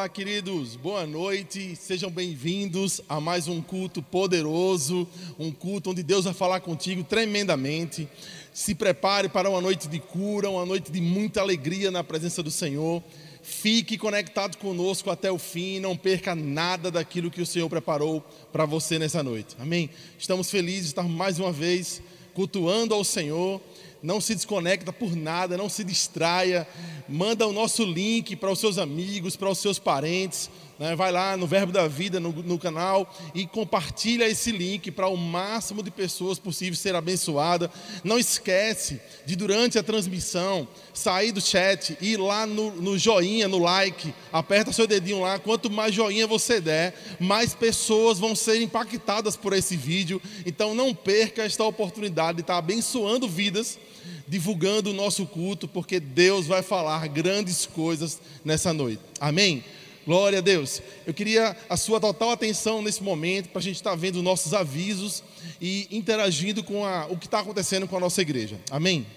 Olá, queridos, boa noite, sejam bem-vindos a mais um culto poderoso, um culto onde Deus vai falar contigo tremendamente. Se prepare para uma noite de cura, uma noite de muita alegria na presença do Senhor. Fique conectado conosco até o fim, não perca nada daquilo que o Senhor preparou para você nessa noite, amém? Estamos felizes de estar mais uma vez cultuando ao Senhor. Não se desconecta por nada, não se distraia, manda o nosso link para os seus amigos, para os seus parentes, né? Vai lá no Verbo da Vida, no canal, e compartilha esse link para o máximo de pessoas possível ser abençoada. Não esquece de, durante a transmissão, sair do chat, ir lá no joinha, no like, aperta seu dedinho lá. Quanto mais joinha você der, mais pessoas vão ser impactadas por esse vídeo. Então não perca esta oportunidade de estar abençoando vidas, divulgando o nosso culto, porque Deus vai falar grandes coisas nessa noite, amém? Glória a Deus. Eu queria a sua total atenção nesse momento, para a gente estar vendo nossos avisos e interagindo com o que está acontecendo com a nossa igreja, amém?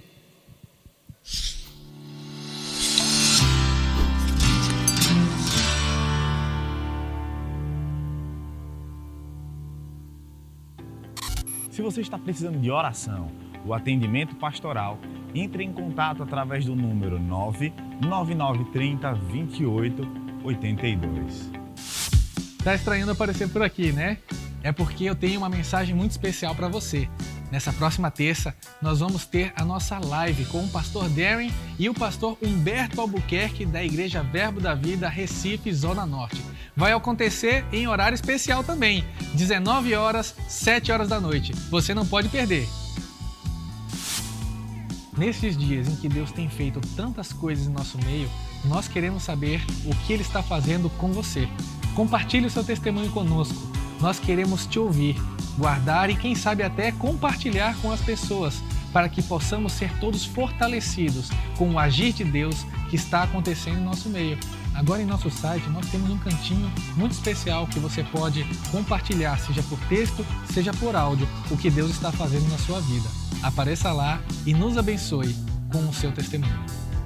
Se você está precisando de oração, o atendimento pastoral, entre em contato através do número 99930 2882. Tá estranhando aparecer por aqui, né? É porque eu tenho uma mensagem muito especial para você. Nessa próxima terça, nós vamos ter a nossa live com o pastor Darren e o pastor Humberto Albuquerque da Igreja Verbo da Vida, Recife, Zona Norte. Vai acontecer em horário especial também, 19 horas, 7 horas da noite. Você não pode perder. Nesses dias em que Deus tem feito tantas coisas em nosso meio, nós queremos saber o que Ele está fazendo com você. Compartilhe o seu testemunho conosco. Nós queremos te ouvir, guardar e quem sabe até compartilhar com as pessoas, para que possamos ser todos fortalecidos com o agir de Deus que está acontecendo em nosso meio. Agora em nosso site nós temos um cantinho muito especial que você pode compartilhar, seja por texto, seja por áudio, o que Deus está fazendo na sua vida. Apareça lá e nos abençoe com o seu testemunho.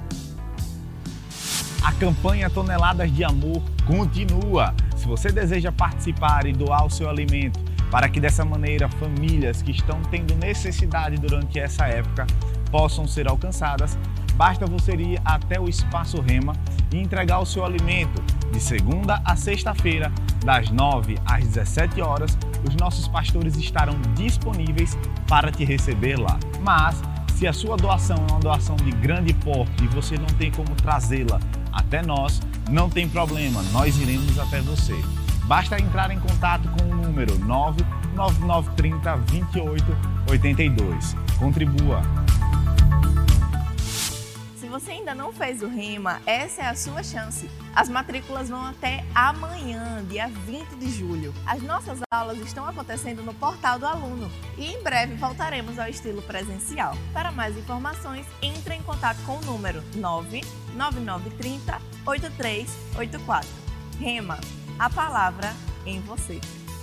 A campanha Toneladas de Amor continua. Se você deseja participar e doar o seu alimento, para que dessa maneira famílias que estão tendo necessidade durante essa época possam ser alcançadas, basta você ir até o Espaço Rema e entregar o seu alimento. De segunda a sexta-feira, das 9 às 17 horas, os nossos pastores estarão disponíveis para te receber lá. Mas, se a sua doação é uma doação de grande porte e você não tem como trazê-la até nós, não tem problema, nós iremos até você. Basta entrar em contato com o número 99930 2882. Contribua! Se você ainda não fez o Rema, essa é a sua chance. As matrículas vão até amanhã, dia 20 de julho. As nossas aulas estão acontecendo no portal do aluno e em breve voltaremos ao estilo presencial. Para mais informações, entre em contato com o número 99930 8384. Rema, a palavra em você.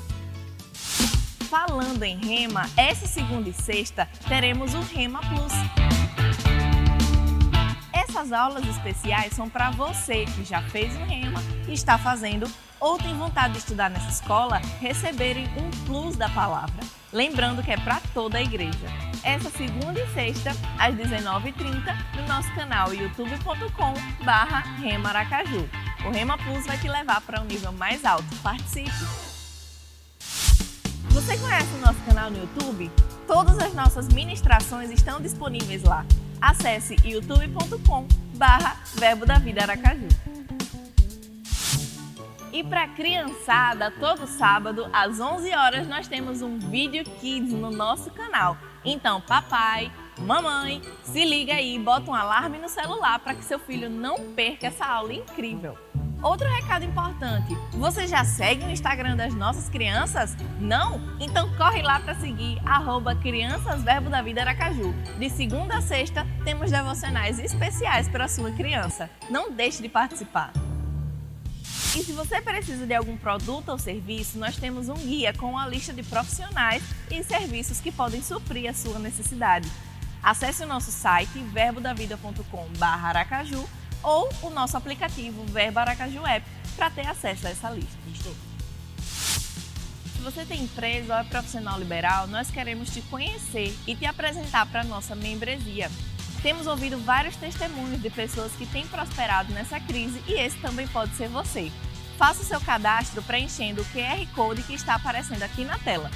Falando em Rema, essa segunda e sexta teremos o Rema Plus. Essas aulas especiais são para você que já fez o Rema e está fazendo ou tem vontade de estudar nessa escola, receberem um plus da palavra. Lembrando que é para toda a igreja. Essa segunda e sexta, às 19h30, no nosso canal youtube.com/remaracaju. O Rema Plus vai te levar para um nível mais alto. Participe! Você conhece o nosso canal no YouTube? Todas as nossas ministrações estão disponíveis lá. Acesse youtube.com/Verbo da Vida Aracaju. E para criançada, todo sábado, às 11 horas, nós temos um Vídeo Kids no nosso canal. Então, papai, mamãe, se liga aí e bota um alarme no celular para que seu filho não perca essa aula incrível. Outro recado importante, você já segue o Instagram das nossas crianças? Não? Então corre lá para seguir @criançasverbo da vida Aracaju. De segunda a sexta temos devocionais especiais para a sua criança. Não deixe de participar. E se você precisa de algum produto ou serviço, nós temos um guia com a lista de profissionais e serviços que podem suprir a sua necessidade. Acesse o nosso site verbodavida.com/aracaju ou o nosso aplicativo Verbo Aracaju App para ter acesso a essa lista. Se você tem empresa ou é profissional liberal, nós queremos te conhecer e te apresentar para a nossa membresia. Temos ouvido vários testemunhos de pessoas que têm prosperado nessa crise e esse também pode ser você. Faça o seu cadastro preenchendo o QR Code que está aparecendo aqui na tela.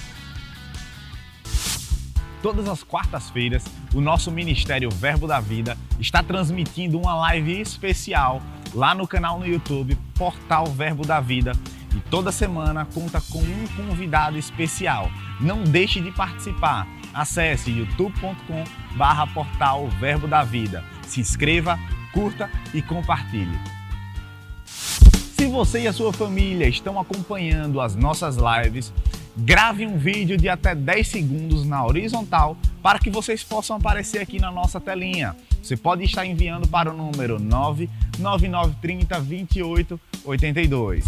Todas as quartas-feiras, o nosso Ministério Verbo da Vida está transmitindo uma live especial lá no canal no YouTube, Portal Verbo da Vida. E toda semana conta com um convidado especial. Não deixe de participar. Acesse youtube.com/portal Verbo da Vida. Se inscreva, curta e compartilhe. Se você e a sua família estão acompanhando as nossas lives, grave um vídeo de até 10 segundos na horizontal para que vocês possam aparecer aqui na nossa telinha. Você pode estar enviando para o número 99930 2882.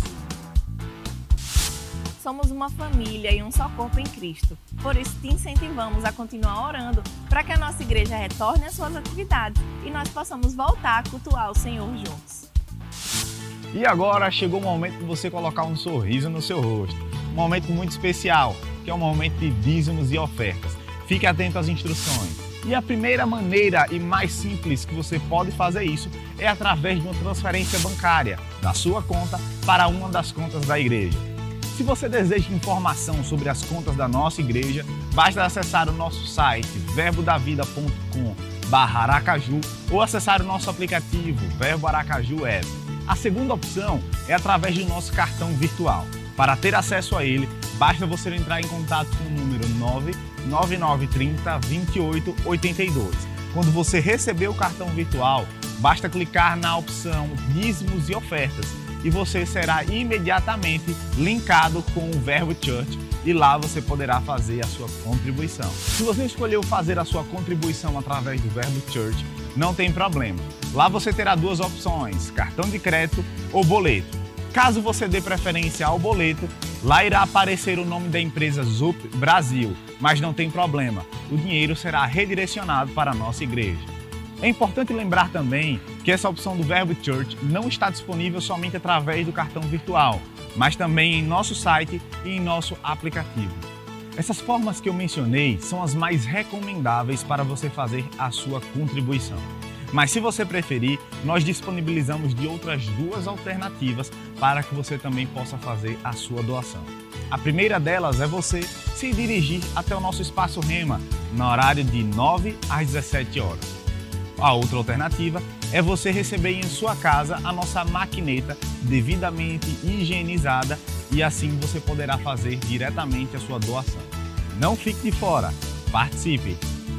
Somos uma família e um só corpo em Cristo. Por isso, te incentivamos a continuar orando para que a nossa igreja retorne às suas atividades e nós possamos voltar a cultuar o Senhor juntos. E agora chegou o momento de você colocar um sorriso no seu rosto. Um momento muito especial, que é o momento de dízimos e ofertas. Fique atento às instruções. E a primeira maneira e mais simples que você pode fazer isso é através de uma transferência bancária da sua conta para uma das contas da igreja. Se você deseja informação sobre as contas da nossa igreja, basta acessar o nosso site verbodavida.com/aracaju ou acessar o nosso aplicativo Verbo Aracaju App. A segunda opção é através do nosso cartão virtual. Para ter acesso a ele, basta você entrar em contato com o número 99930 2882. Quando você receber o cartão virtual, basta clicar na opção Dízimos e Ofertas e você será imediatamente linkado com o Verbo Church e lá você poderá fazer a sua contribuição. Se você escolheu fazer a sua contribuição através do Verbo Church, não tem problema. Lá você terá duas opções, cartão de crédito ou boleto. Caso você dê preferência ao boleto, lá irá aparecer o nome da empresa ZUP Brasil, mas não tem problema, o dinheiro será redirecionado para a nossa igreja. É importante lembrar também que essa opção do Verbo Church não está disponível somente através do cartão virtual, mas também em nosso site e em nosso aplicativo. Essas formas que eu mencionei são as mais recomendáveis para você fazer a sua contribuição. Mas se você preferir, nós disponibilizamos de outras duas alternativas para que você também possa fazer a sua doação. A primeira delas é você se dirigir até o nosso Espaço Rema, no horário de 9 às 17 horas. A outra alternativa é você receber em sua casa a nossa maquineta devidamente higienizada e assim você poderá fazer diretamente a sua doação. Não fique de fora, participe!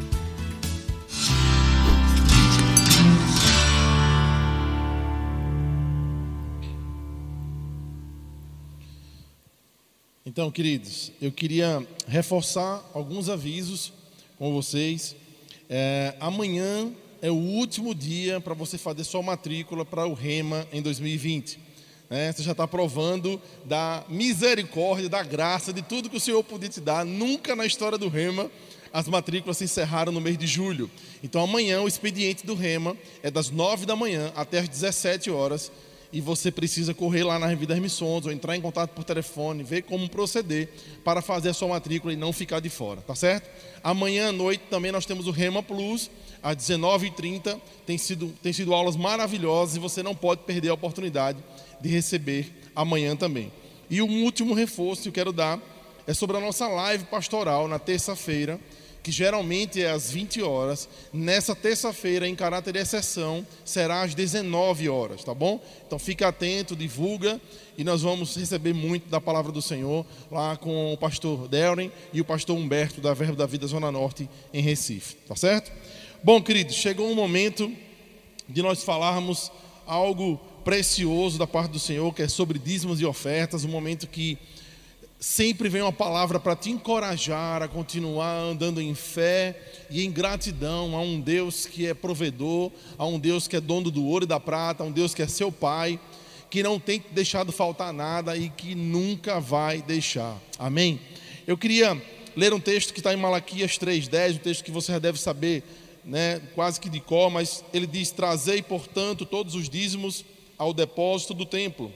Então, queridos, eu queria reforçar alguns avisos com vocês. Amanhã é o último dia para você fazer sua matrícula para o Rema em 2020. Você já está provando da misericórdia, da graça, de tudo que o Senhor podia te dar. Nunca na história do Rema as matrículas se encerraram no mês de julho. Então, amanhã o expediente do Rema é das 9 da manhã até as 17 horas. E você precisa correr lá na Revista das Missões ou entrar em contato por telefone, ver como proceder para fazer a sua matrícula e não ficar de fora, tá certo? Amanhã à noite também nós temos o Rema Plus, às 19h30, tem sido aulas maravilhosas e você não pode perder a oportunidade de receber amanhã também. E um último reforço que eu quero dar é sobre a nossa live pastoral na terça-feira, que geralmente é às 20 horas, nessa terça-feira, em caráter de exceção, será às 19 horas, tá bom? Então fica atento, divulga, e nós vamos receber muito da palavra do Senhor lá com o pastor Delrin e o pastor Humberto da Verbo da Vida Zona Norte em Recife, tá certo? Bom, queridos, chegou um momento de nós falarmos algo precioso da parte do Senhor, que é sobre dízimos e ofertas, um momento que sempre vem uma palavra para te encorajar a continuar andando em fé e em gratidão a um Deus que é provedor, a um Deus que é dono do ouro e da prata, a um Deus que é seu Pai, que não tem deixado faltar nada e que nunca vai deixar. Amém? Eu queria ler um texto que está em Malaquias 3:10, um texto que você já deve saber quase que de cor, mas ele diz: trazei, portanto, todos os dízimos ao depósito do templo,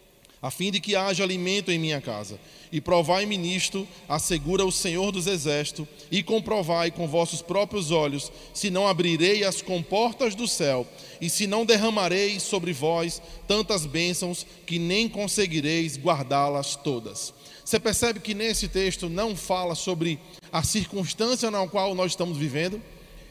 a fim de que haja alimento em minha casa. E provai-me nisto, assegura o Senhor dos Exércitos, e comprovai com vossos próprios olhos, se não abrirei as comportas do céu, e se não derramarei sobre vós tantas bênçãos, que nem conseguireis guardá-las todas. Você percebe que nesse texto não fala sobre a circunstância na qual nós estamos vivendo?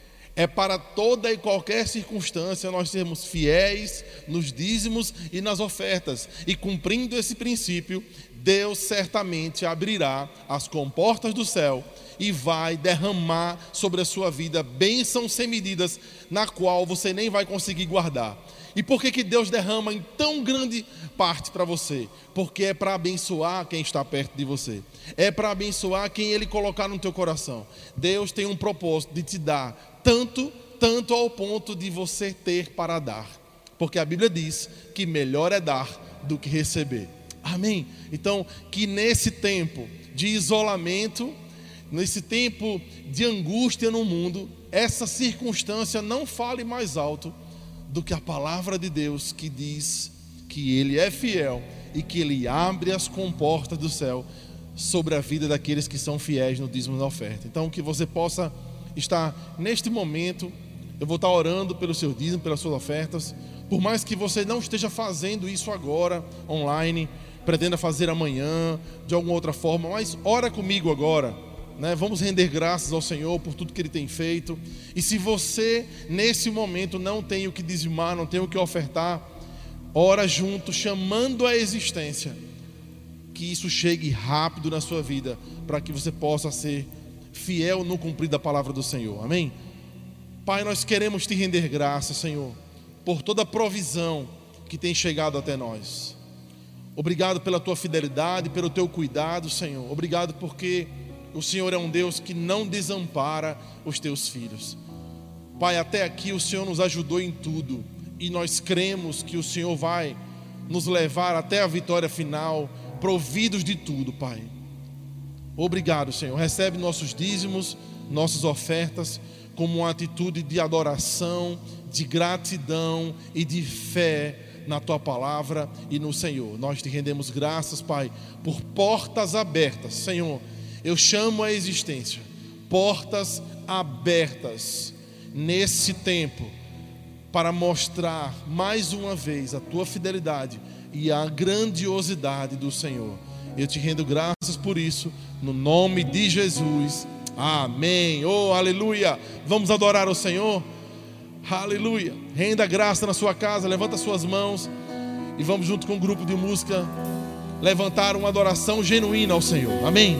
É para toda e qualquer circunstância nós sermos fiéis nos dízimos e nas ofertas. E cumprindo esse princípio, Deus certamente abrirá as comportas do céu e vai derramar sobre a sua vida bênçãos sem medidas, na qual você nem vai conseguir guardar. E por que Deus derrama em tão grande parte para você? Porque é para abençoar quem está perto de você. É para abençoar quem Ele colocar no teu coração. Deus tem um propósito de te dar tanto ao ponto de você ter para dar. Porque a Bíblia diz que melhor é dar do que receber. Amém? Então, que nesse tempo de isolamento, nesse tempo de angústia no mundo, essa circunstância não fale mais alto do que a palavra de Deus, que diz que Ele é fiel e que Ele abre as comportas do céu sobre a vida daqueles que são fiéis no dízimo e na oferta. Então, que você possa estar neste momento, eu vou estar orando pelo seu dízimo, pelas suas ofertas. Por mais que você não esteja fazendo isso agora, online, pretenda fazer amanhã, de alguma outra forma, mas ora comigo agora, Vamos render graças ao Senhor por tudo que Ele tem feito. E se você nesse momento não tem o que dizimar, não tem o que ofertar, ora junto, chamando a existência, que isso chegue rápido na sua vida, para que você possa ser fiel no cumprir da palavra do Senhor. Amém? Pai, nós queremos te render graças, Senhor, por toda a provisão que tem chegado até nós. Obrigado pela tua fidelidade, pelo teu cuidado, Senhor. Obrigado porque o Senhor é um Deus que não desampara os teus filhos. Pai, até aqui o Senhor nos ajudou em tudo, e nós cremos que o Senhor vai nos levar até a vitória final, providos de tudo, Pai. Obrigado, Senhor. Recebe nossos dízimos, nossas ofertas, como uma atitude de adoração, de gratidão e de fé na Tua palavra e no Senhor. Nós te rendemos graças, Pai, por portas abertas. Senhor, eu chamo a existência, portas abertas nesse tempo, para mostrar mais uma vez a Tua fidelidade e a grandiosidade do Senhor. Eu te rendo graças por isso, no nome de Jesus. Amém. Oh, aleluia. Vamos adorar o Senhor. Aleluia. Renda graça na sua casa, levanta suas mãos e vamos junto com um grupo de música levantar uma adoração genuína ao Senhor. Amém.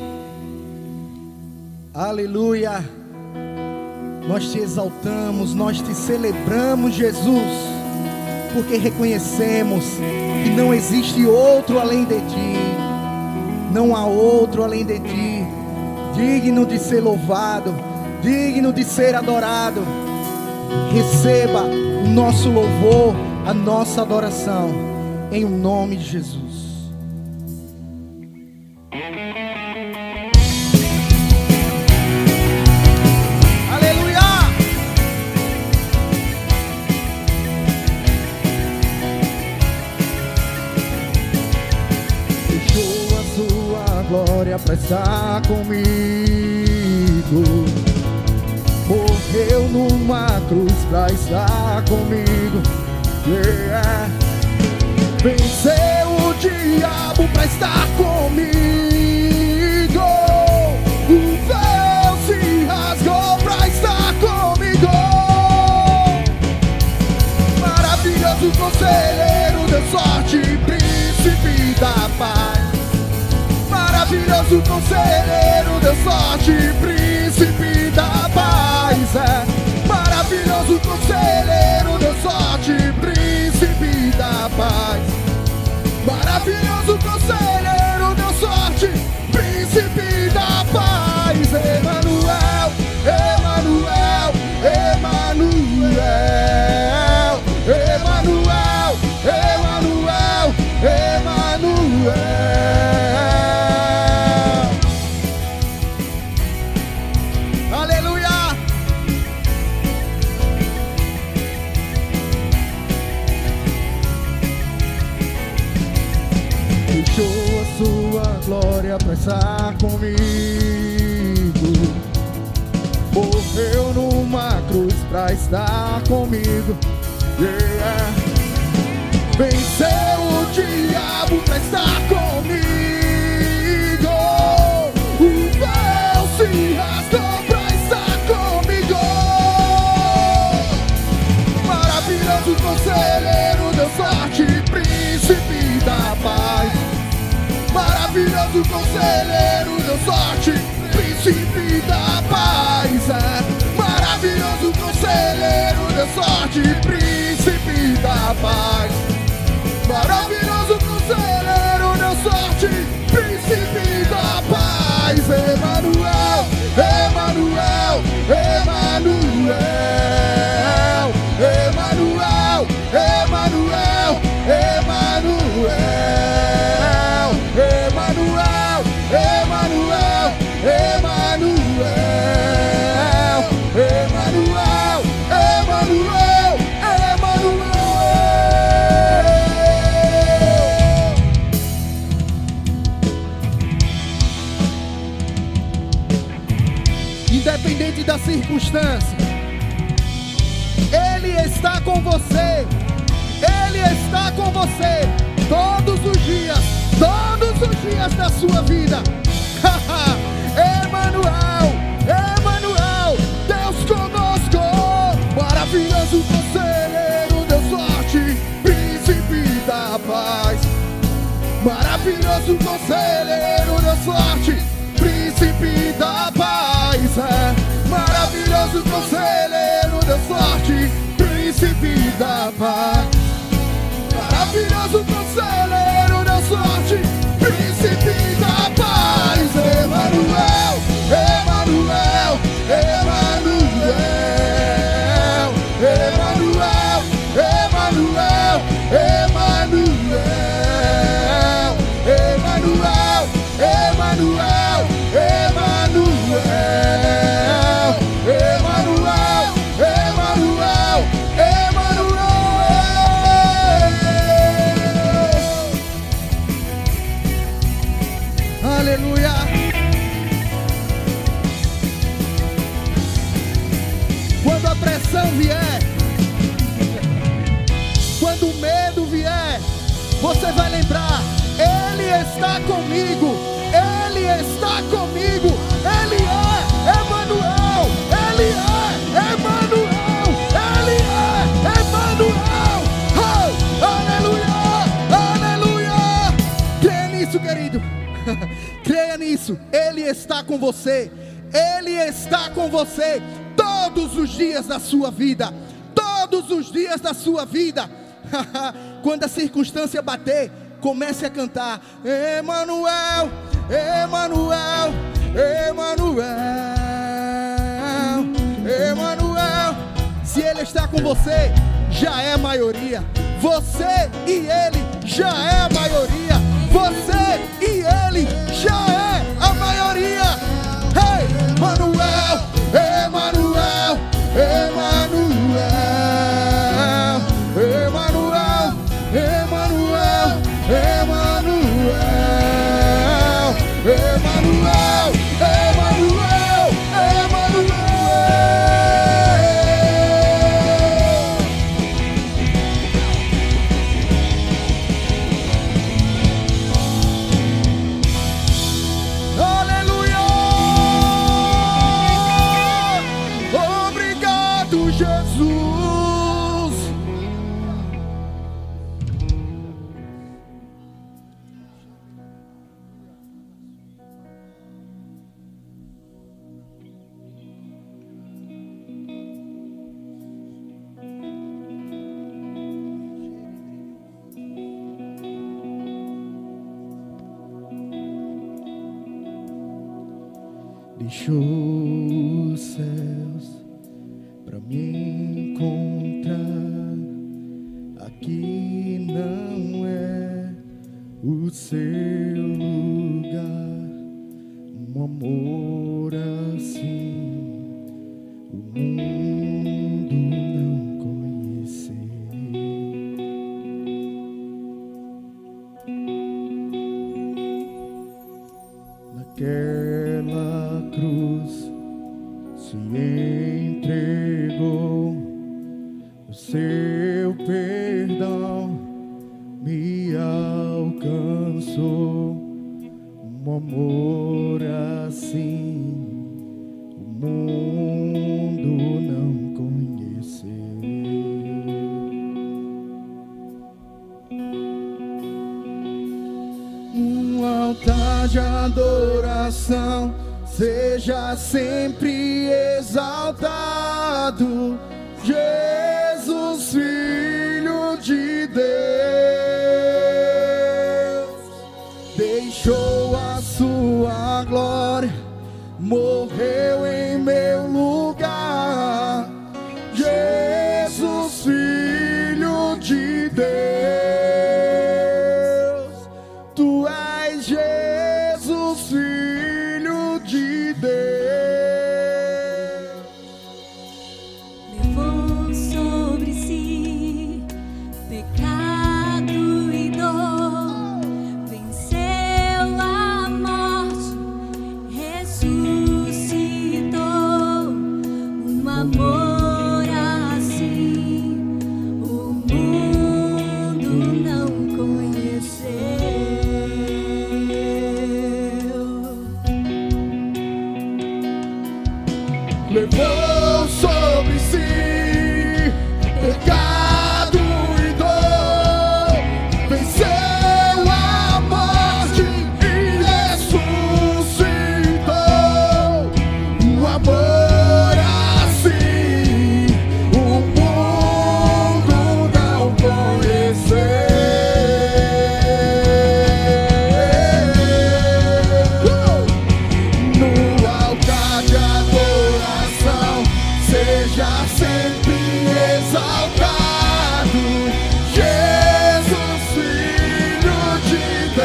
Aleluia. Nós te exaltamos, nós te celebramos, Jesus, porque reconhecemos que não existe outro além de ti. Não há outro além de ti, digno de ser louvado, digno de ser adorado. Receba o nosso louvor, a nossa adoração, em o nome de Jesus. Glória para estar comigo, morreu numa cruz para estar comigo, venceu o diabo para estar comigo, o véu se rasgou para estar comigo. Maravilhoso conselheiro, Deus forte, príncipe da paz. Maravilhoso conselheiro, Deus forte, príncipe da paz. Maravilhoso conselheiro, Deus forte, príncipe da paz. Maravilhoso conselheiro, Deus forte, príncipe da paz. Emanuel, Emanuel, Emanuel, Emanuel, Emanuel, Emanuel. estar comigo. Morreu numa cruz pra estar comigo. Yeah. Venceu o diabo pra estar comigo. O véu se rasgou pra estar comigo. Maravilhoso conselheiro, Deus forte, príncipe da paz. Maravilhoso conselheiro, Deus forte, príncipe da paz. Maravilhoso conselheiro, Deus forte, príncipe da paz. Maravilhoso conselheiro, Deus forte, príncipe da paz. Emanuel, Emanuel, Emanuel, Emanuel, Emanuel, Emanuel, Emanuel, Emanuel, Emanuel, Emanuel, Emanuel, Emanuel. Independente da circunstância, Ele está com você. Ele está com você todos os dias da sua vida. Emanuel, Emanuel, Deus conosco. Maravilhoso conselheiro, Deus forte, príncipe da paz. Maravilhoso conselheiro, Deus forte, príncipe da paz. Maravilhoso conselheiro, Deus forte, príncipe da paz. Maravilhoso conselheiro, Deus forte, príncipe da paz. Emanuel, Emanuel, Emanuel, Emanuel, Emanuel, Emanuel, Emanuel, Emanuel, Emanuel, Emanuel, Emanuel, Emanuel. Aleluia. Quando a pressão vier, quando o medo vier, você vai lembrar: Ele está comigo, Ele está comigo, Ele é Emanuel, Ele é Emanuel, Ele é Emanuel. Oh, aleluia, aleluia. Creia nisso, querido. Creia nisso. Ele está com você. Ele está com você todos os dias da sua vida. Todos os dias da sua vida. Quando a circunstância bater, comece a cantar: Emanuel, Emanuel, Emanuel, Emanuel. Se Ele está com você, já é a maioria. Você e Ele já é a maioria. Você e Ele já é a maioria. Hey, Emanuel, Emanuel, Emanuel, Emanuel, Emanuel, Emanuel, Emanuel, Emanuel, Emanuel. Aleluia! Obrigado, Jesus. Deixou os céus pra me encontrar. Aqui não é o seu lugar. Um amor assim o mundo não conheceu. se entregou, o seu perdão me alcançou. Um amor assim o mundo não conheceu. Um altar de adoração seja sempre exaltado, Jesus, Filho de Deus, deixou a sua glória, morreu em meu lugar. Jesus, Filho de Deus, tu és Jesus, Filho de Deus. Levou sobre si pecado e dor, venceu a morte, ressuscitou. Um amor assim o mundo não conheceu. Levou sobre si pecado e dor, venceu a morte e ressuscitou. Um amor assim o mundo não conheceu. No altar de adoração seja sempre exaltado, Jesus, Filho de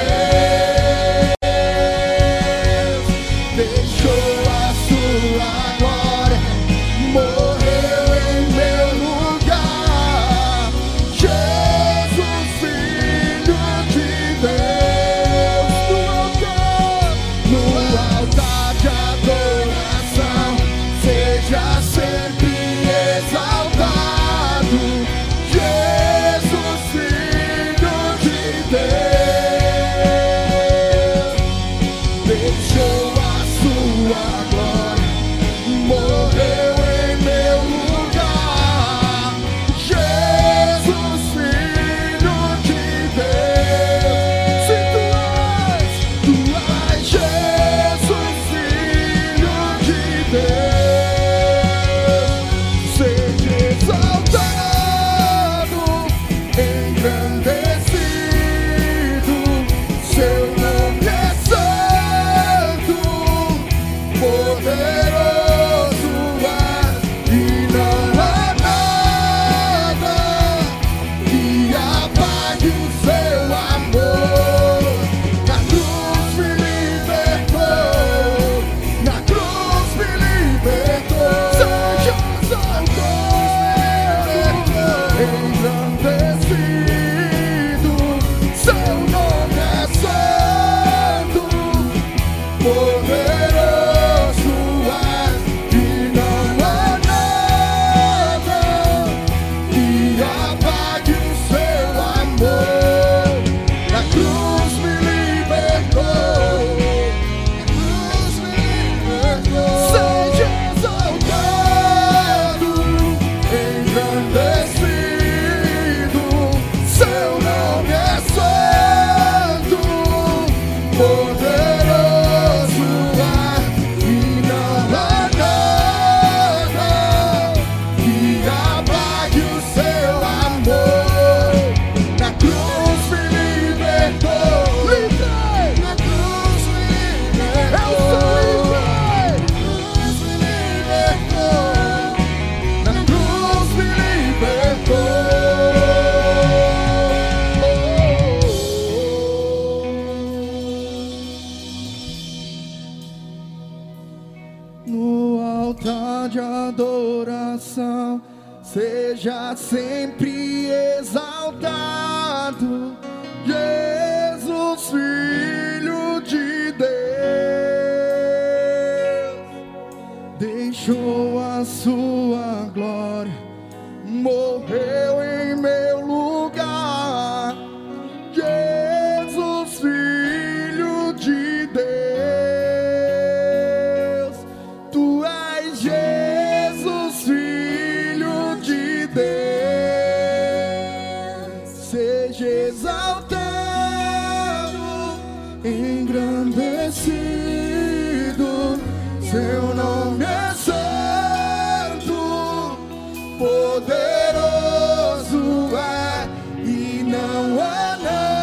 Deus, deixou a sua glória, morreu em meu lugar. Jesus, Filho de Deus, no altar de adoração seja sempre exaltado, Jesus, Filho de Deus, deixou a sua glória, morreu em meu lugar. Jesus, Filho de Deus, se tu és Jesus, Filho de Deus, seja exaltado, engrandecido, seu nome é santo, poderoso é, e não há nada que apague o seu amor. Na cruz me libertou, na cruz me libertou. Seja exaltado, engrandecido, seu nome é santo, poderoso é, e não há nada que apague o seu amor. Na cruz me libertou, na cruz me libertou. Seja exaltado, engrandecido, seu nome é santo, poderoso é, e não há nada que apague o seu amor. Na cruz me libertou, na cruz me libertou, na cruz me libertou. No altar de adoração seja sempre exaltado, Jesus, Filho de Deus, deixou a sua glória, morreu em meu lugar. Jesus, Filho de Deus, tu és Jesus, Filho de Deus. Seja exaltado, engrandecido, seu nome é santo, poderoso é, e não há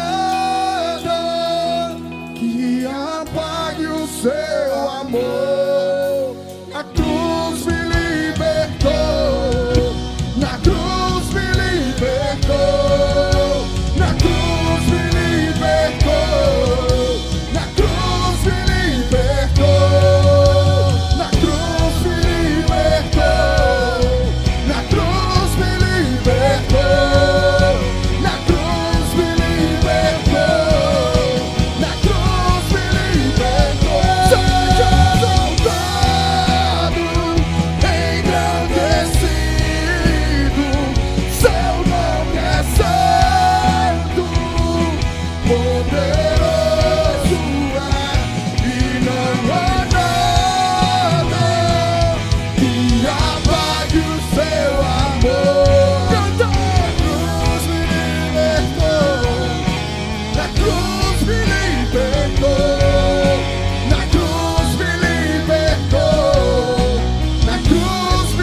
nada que apague o seu amor. A cruz me libertou, na cruz me libertou, na cruz me libertou, na cruz me libertou, na cruz me libertou, na cruz me libertou, na cruz me libertou, na cruz me libertou. Seja exaltado, engrandecido, seu nome é santo, poderoso é, e não há nada que apague o seu amor. Canta! Na cruz me libertou, na cruz me libertou, na cruz me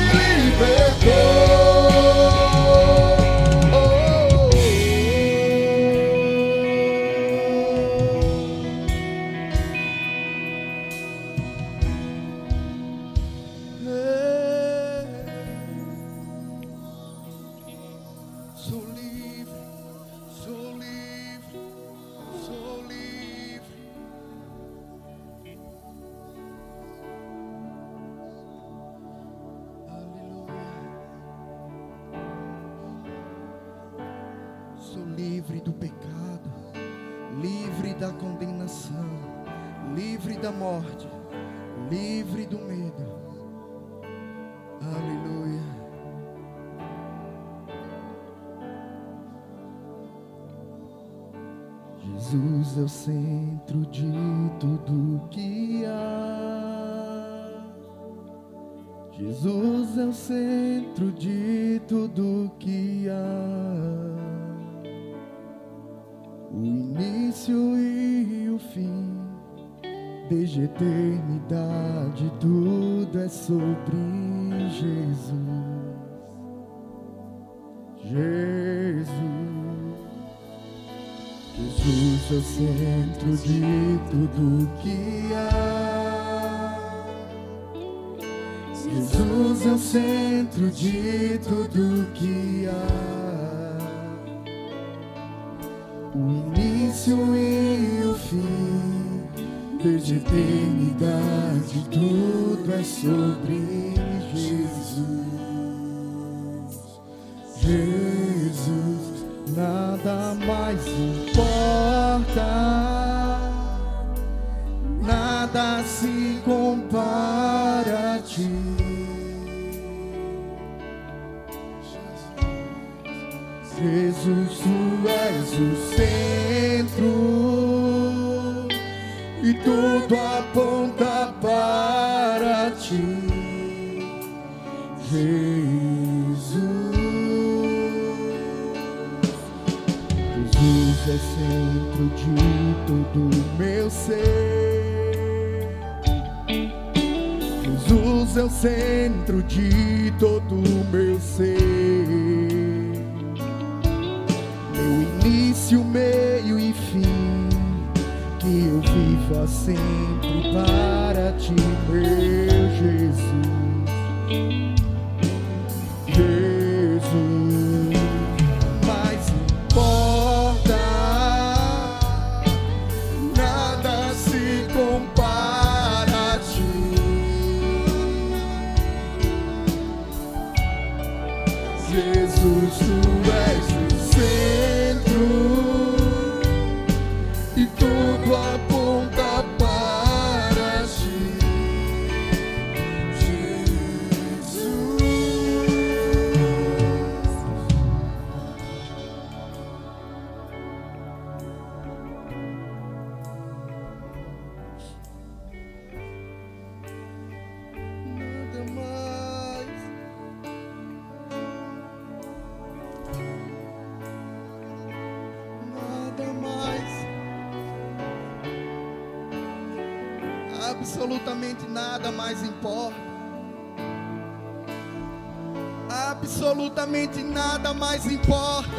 Sou livre, sou livre, sou livre. Aleluia. Sou livre do pecado, livre da condenação, livre da morte, livre do medo. Aleluia. Jesus é o centro de tudo que há. Jesus é o centro de tudo que há. O início e o fim, desde a eternidade, tudo é sobre Jesus. Jesus é o centro de tudo que há. Jesus é o centro de tudo que há. O início e o fim, desde a eternidade, tudo é sobre Jesus. Jesus, nada mais importa, nada se compara a ti. Jesus, tu és o centro e tudo aponta para ti. Jesus é centro de todo o meu ser. Jesus é o centro de todo o meu ser. Meu início, meio e fim, que eu viva sempre para ti, meu Jesus. Jesus, tu és o centro e tudo aponta para ti. Absolutamente nada mais importa. Absolutamente nada mais importa.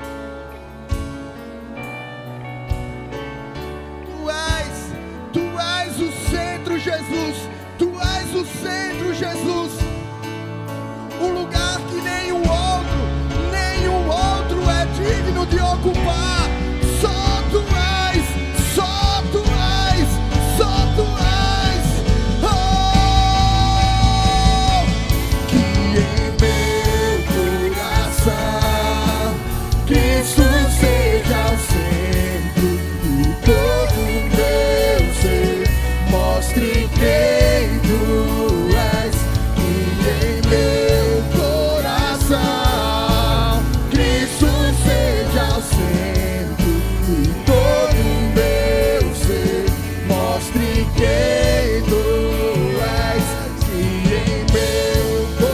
Tu és o centro, Jesus. Tu és o centro, Jesus. Um lugar que nenhum outro é digno de ocupar. Só tu és, só tu és, só tu és. Oh, que em meu coração Cristo seja o centro de todo o meu ser. Mostre quem tu és. Que em meu coração Cristo seja o centro de todo o meu ser. Mostre quem tu és. Que em meu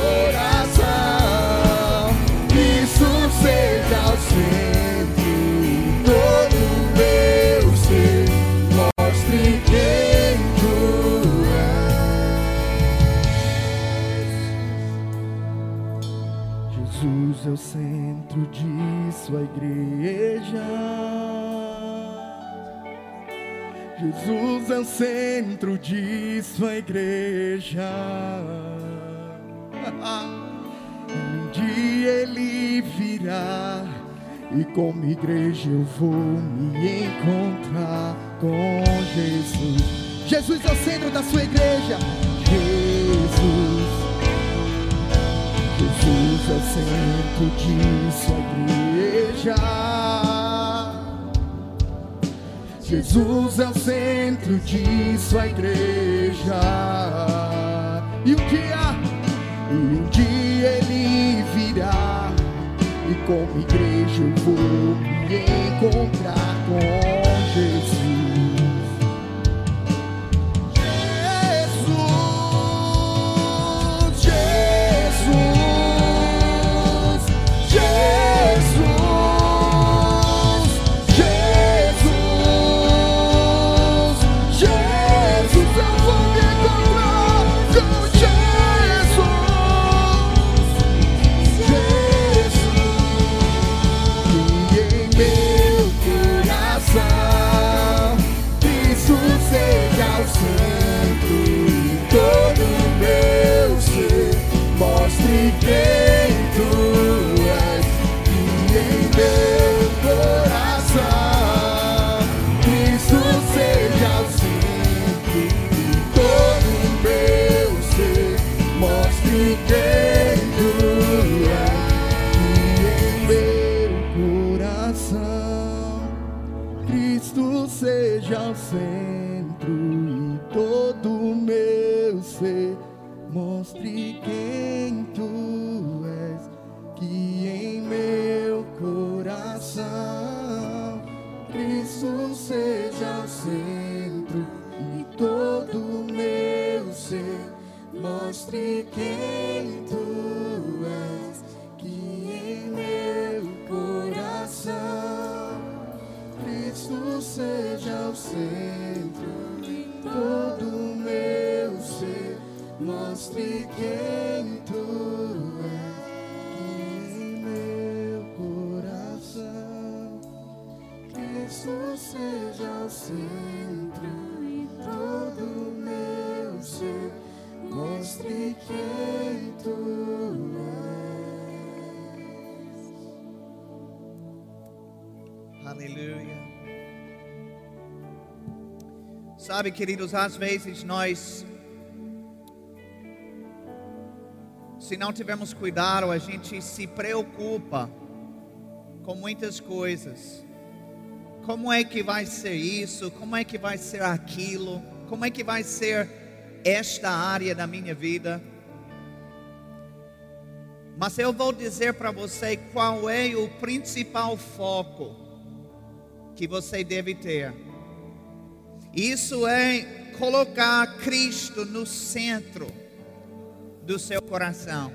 coração Cristo seja o centro de todo o meu ser. Mostre quem tu és. Jesus é o centro de sua igreja. Jesus é o centro de sua igreja. Um dia ele virá e como igreja eu vou me encontrar com Jesus. Jesus é o centro da sua igreja. Jesus é o centro de sua igreja. Jesus é o centro de sua igreja. E um dia ele virá e como igreja eu vou me encontrar com Jesus. Quem tu és. E em meu coração Cristo seja o centro de todo o meu ser. Mostre quem tu és. E em meu coração Cristo seja o centro de todo o meu ser. Mostre quem tu és. Que em meu coração Cristo seja o centro de todo o meu ser. Mostre quem tu és. Que em meu coração Cristo seja o centro de todo o meu ser. Mostre quem tu és. Que em meu coração Cristo seja o centro de todo o meu ser. Mostre quem tu és. Aleluia. Sabe, queridos, às vezes nós, se não tivermos cuidado, a gente se preocupa com muitas coisas. Como é que vai ser isso? Como é que vai ser aquilo? Como é que vai ser esta área da minha vida? Mas eu vou dizer para você qual é o principal foco que você deve ter. Isso é colocar Cristo no centro do seu coração.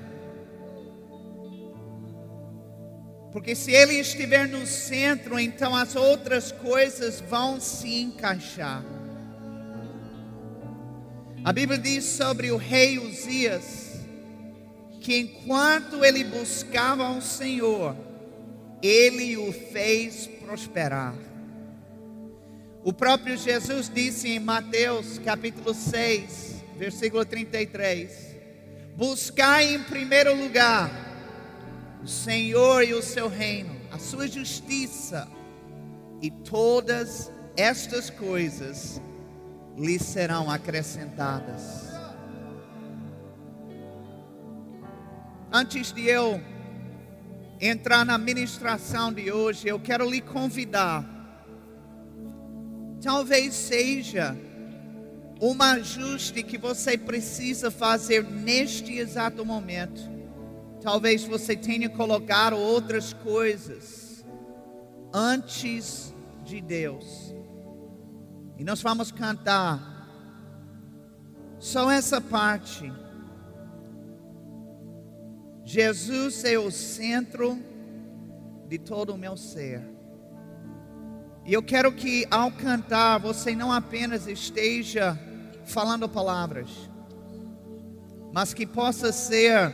Porque se Ele estiver no centro, então as outras coisas vão se encaixar. A Bíblia diz sobre o rei Uzias que enquanto ele buscava o Senhor, ele o fez prosperar. O próprio Jesus disse em Mateus capítulo 6, versículo 33: buscai em primeiro lugar o Senhor e o seu reino, a sua justiça, e todas estas coisas lhe serão acrescentadas. Antes de eu entrar na ministração de hoje, eu quero lhe convidar. Talvez seja um ajuste que você precisa fazer neste exato momento. Talvez você tenha colocado outras coisas antes de Deus. E nós vamos cantar só essa parte. Jesus é o centro de todo o meu ser. E eu quero que ao cantar você não apenas esteja falando palavras, mas que possa ser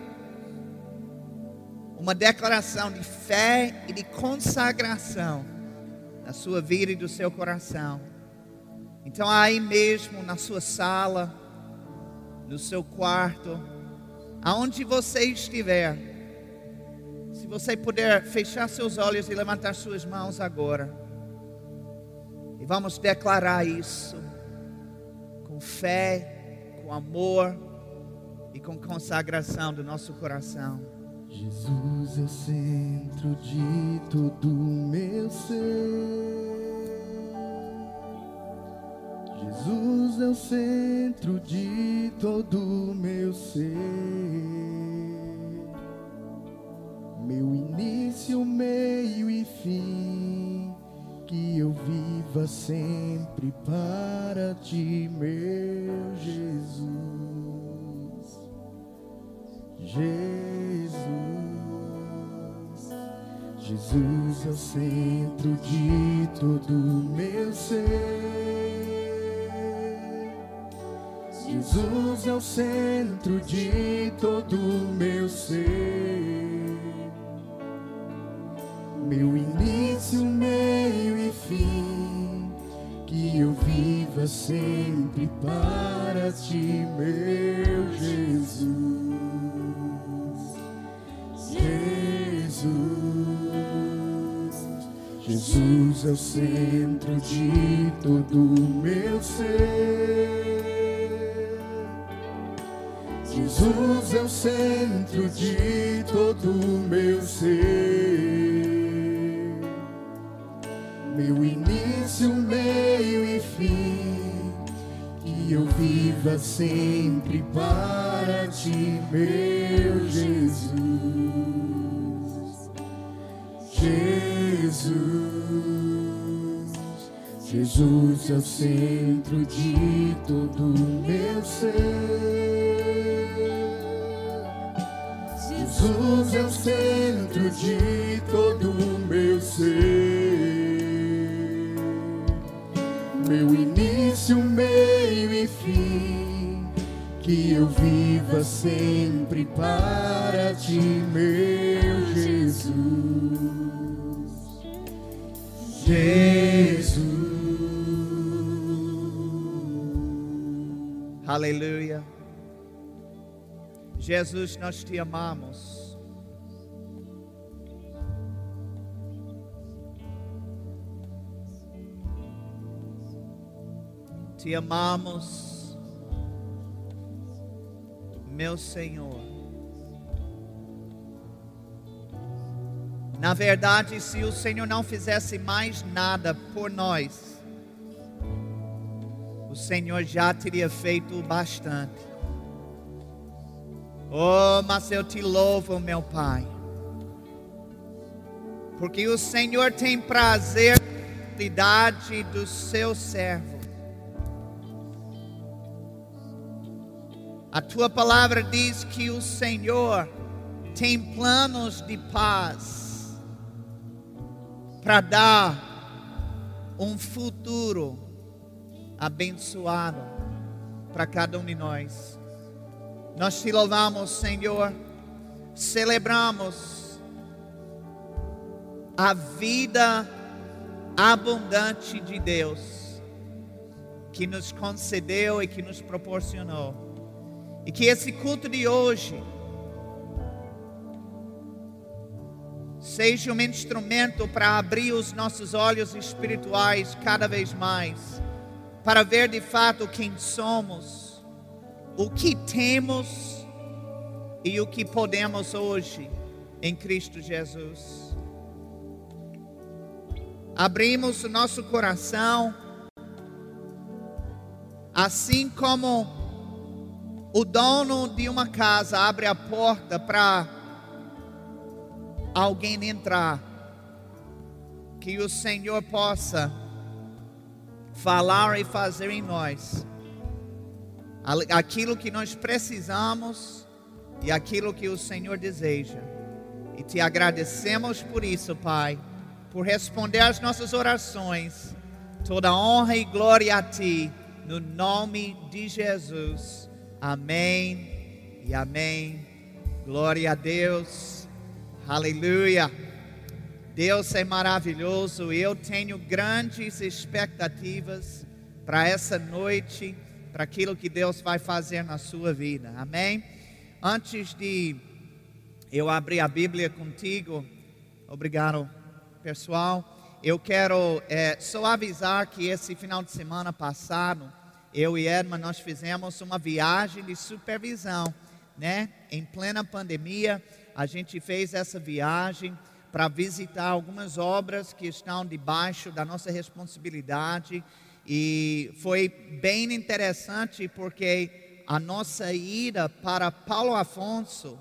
uma declaração de fé e de consagração na sua vida e do seu coração. Então aí mesmo na sua sala, no seu quarto, aonde você estiver, se você puder fechar seus olhos e levantar suas mãos agora, e vamos declarar isso com fé, com amor e com consagração do nosso coração. Jesus é o centro de todo o meu ser. Jesus é o centro de todo o meu ser. Meu início, meio e fim, que eu viva sempre para ti, meu Jesus. Jesus, Jesus é o centro de todo o meu ser. Jesus é o centro de todo o meu ser. Meu início, meio e fim, que eu viva sempre para ti, meu Jesus. Jesus, Jesus é o centro de todo o meu ser. Jesus é o centro de todo o meu ser. Meu início, meio e fim, que eu viva sempre para ti, meu Jesus. Jesus, Jesus é o centro de todo o meu ser. Jesus é o centro de todo o meu ser. Meu início, meio e fim, que eu viva sempre para ti, meu Jesus. Jesus. Aleluia. Jesus, nós te amamos. Te amamos, meu Senhor. Na verdade, se o Senhor não fizesse mais nada por nós, o Senhor já teria feito bastante. Oh, mas eu te louvo, meu Pai, porque o Senhor tem prazer na fidelidade do seu servo. A tua palavra diz que o Senhor tem planos de paz para dar um futuro abençoado. para cada um de nós. Nós te louvamos, Senhor, celebramos a vida abundante de Deus que nos concedeu e que nos proporcionou. E que esse culto de hoje seja um instrumento para abrir os nossos olhos espirituais cada vez mais, para ver de fato quem somos, o que temos e o que podemos hoje em Cristo Jesus. Abrimos o nosso coração, assim como o dono de uma casa abre a porta para alguém entrar, que o Senhor possa falar e fazer em nós aquilo que nós precisamos e aquilo que o Senhor deseja. E te agradecemos por isso, Pai, por responder às nossas orações. Toda honra e glória a Ti, no nome de Jesus. Amém e amém. Glória a Deus. Aleluia. Deus é maravilhoso. Eu tenho grandes expectativas para essa noite, para aquilo que Deus vai fazer na sua vida. Amém? Antes de eu abrir a Bíblia contigo, obrigado, pessoal. Eu quero só avisar que esse final de semana passado, eu e Edma, nós fizemos uma viagem de supervisão, né? Em plena pandemia, a gente fez essa viagem para visitar algumas obras que estão debaixo da nossa responsabilidade. E foi bem interessante porque a nossa ida para Paulo Afonso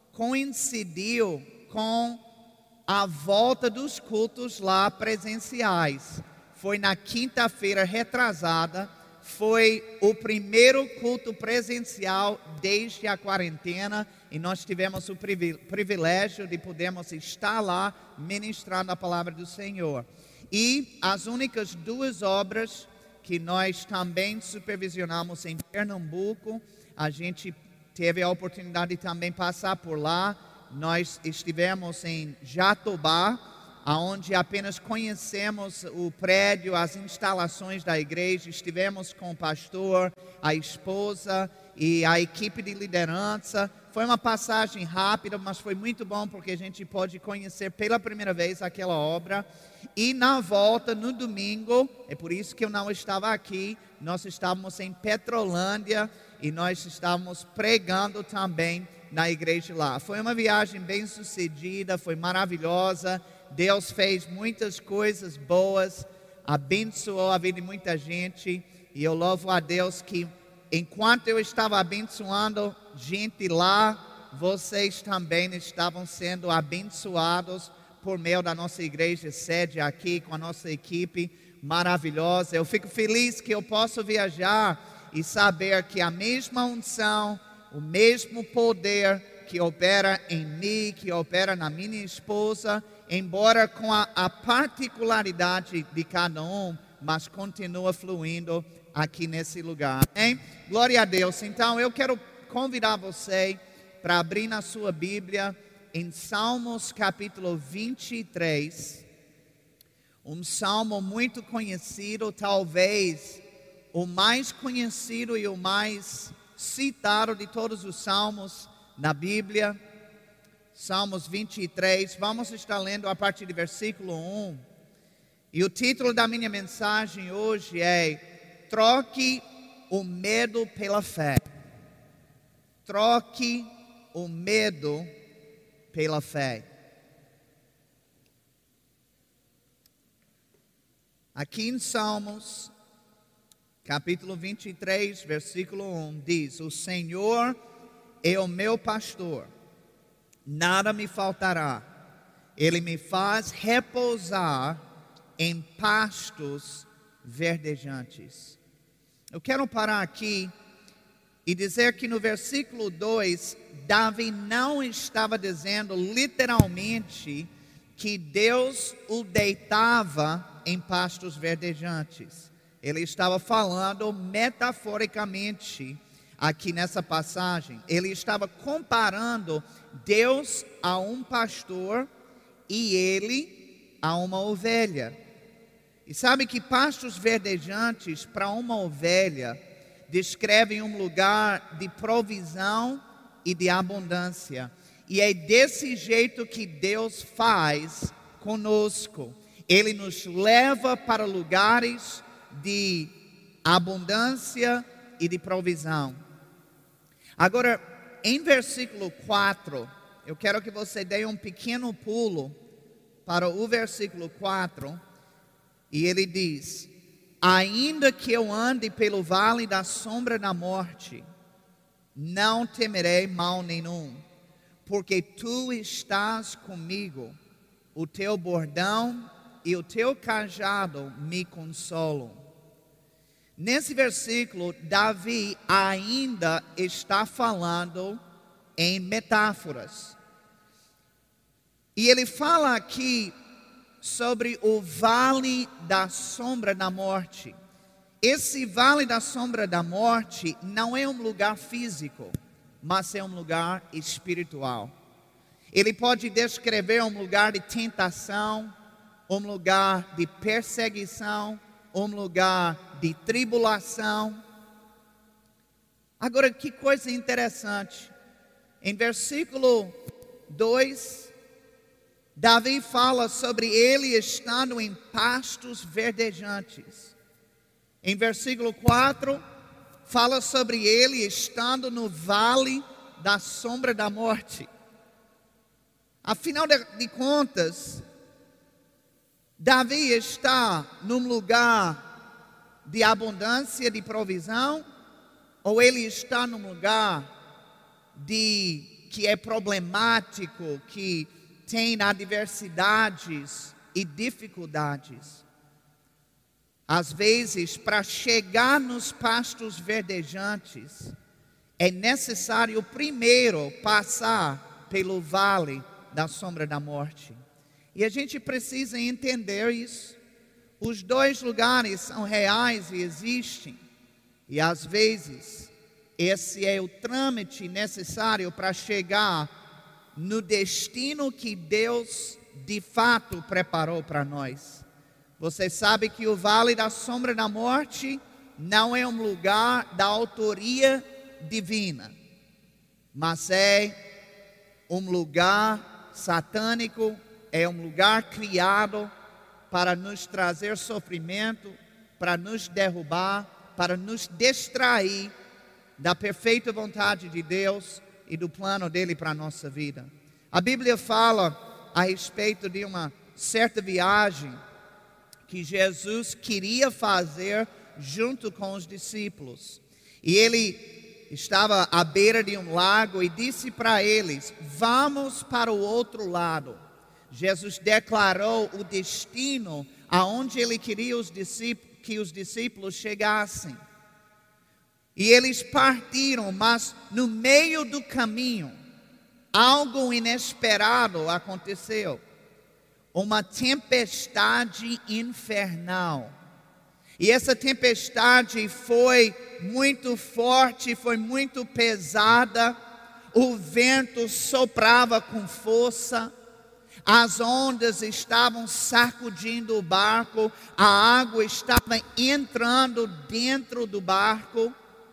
coincidiu com a volta dos cultos lá presenciais. Foi na quinta-feira retrasada, foi o primeiro culto presencial desde a quarentena e nós tivemos o privilégio de podermos estar lá ministrando a palavra do Senhor. E as únicas duas obras que nós também supervisionamos em Pernambuco, a gente teve a oportunidade de também passar por lá. Nós estivemos em Jatobá, onde apenas conhecemos o prédio, as instalações da igreja. Estivemos com o pastor, a esposa e a equipe de liderança. Foi uma passagem rápida, mas foi muito bom porque a gente pôde conhecer pela primeira vez aquela obra. E na volta, no domingo, é por isso que eu não estava aqui, nós estávamos em Petrolândia e nós estávamos pregando também na igreja lá. Foi uma viagem bem sucedida, foi maravilhosa. Deus fez muitas coisas boas, abençoou a vida de muita gente. E eu louvo a Deus que enquanto eu estava abençoando gente lá, vocês também estavam sendo abençoados por meio da nossa igreja sede aqui, com a nossa equipe maravilhosa. Eu fico feliz que eu posso viajar e saber que a mesma unção, o mesmo poder que opera em mim, que opera na minha esposa, embora com a particularidade de cada um, mas continua fluindo aqui nesse lugar. Amém? Glória a Deus. Então eu quero convidar você para abrir na sua Bíblia em Salmos capítulo 23. Um salmo muito conhecido, talvez o mais conhecido e o mais citado de todos os salmos na Bíblia. Salmos 23, vamos estar lendo a partir do versículo 1. E o título da minha mensagem hoje é: troque o medo pela fé. Troque o medo pela fé. Aqui em Salmos, capítulo 23, versículo 1, diz: o Senhor é o meu pastor, nada me faltará. Ele me faz repousar em pastos verdejantes. Eu quero parar aqui e dizer que no versículo 2, Davi não estava dizendo literalmente que Deus o deitava em pastos verdejantes. Ele estava falando metaforicamente aqui nessa passagem. Ele estava comparando Deus a um pastor e ele a uma ovelha. E sabe que pastos verdejantes para uma ovelha descrevem um lugar de provisão e de abundância. E é desse jeito que Deus faz conosco. Ele nos leva para lugares de abundância e de provisão. Agora, em versículo 4, eu quero que você dê um pequeno pulo para o versículo 4. E ele diz: ainda que eu ande pelo vale da sombra da morte, não temerei mal nenhum, porque tu estás comigo, o teu bordão e o teu cajado me consolam. Nesse versículo, Davi ainda está falando em metáforas. E ele fala aqui sobre o vale da sombra da morte. Esse vale da sombra da morte não é um lugar físico, mas é um lugar espiritual. Ele pode descrever um lugar de tentação, um lugar de perseguição, um lugar de tribulação. Agora, que coisa interessante. Em versículo 2, Davi fala sobre ele estando em pastos verdejantes. Em versículo 4, fala sobre ele estando no vale da sombra da morte. Afinal de contas, Davi está num lugar de abundância, de provisão, ou ele está num lugar que é problemático, que tem adversidades e dificuldades? Às vezes, para chegar nos pastos verdejantes, é necessário primeiro passar pelo vale da sombra da morte. E a gente precisa entender isso. Os dois lugares são reais e existem. E às vezes, esse é o trâmite necessário para chegar no destino que Deus de fato preparou para nós. Você sabe que o vale da sombra da morte não é um lugar da autoria divina, mas é um lugar satânico, é um lugar criado para nos trazer sofrimento, para nos derrubar, para nos distrair da perfeita vontade de Deus e do plano dele para a nossa vida. A Bíblia fala a respeito de uma certa viagem que Jesus queria fazer junto com os discípulos. E ele estava à beira de um lago e disse para eles: vamos para o outro lado. Jesus declarou o destino aonde ele queria que os discípulos chegassem. E eles partiram, mas no meio do caminho, algo inesperado aconteceu. Uma tempestade infernal. E essa tempestade foi muito forte, foi muito pesada. O vento soprava com força. As ondas estavam sacudindo o barco. A água estava entrando dentro do barco.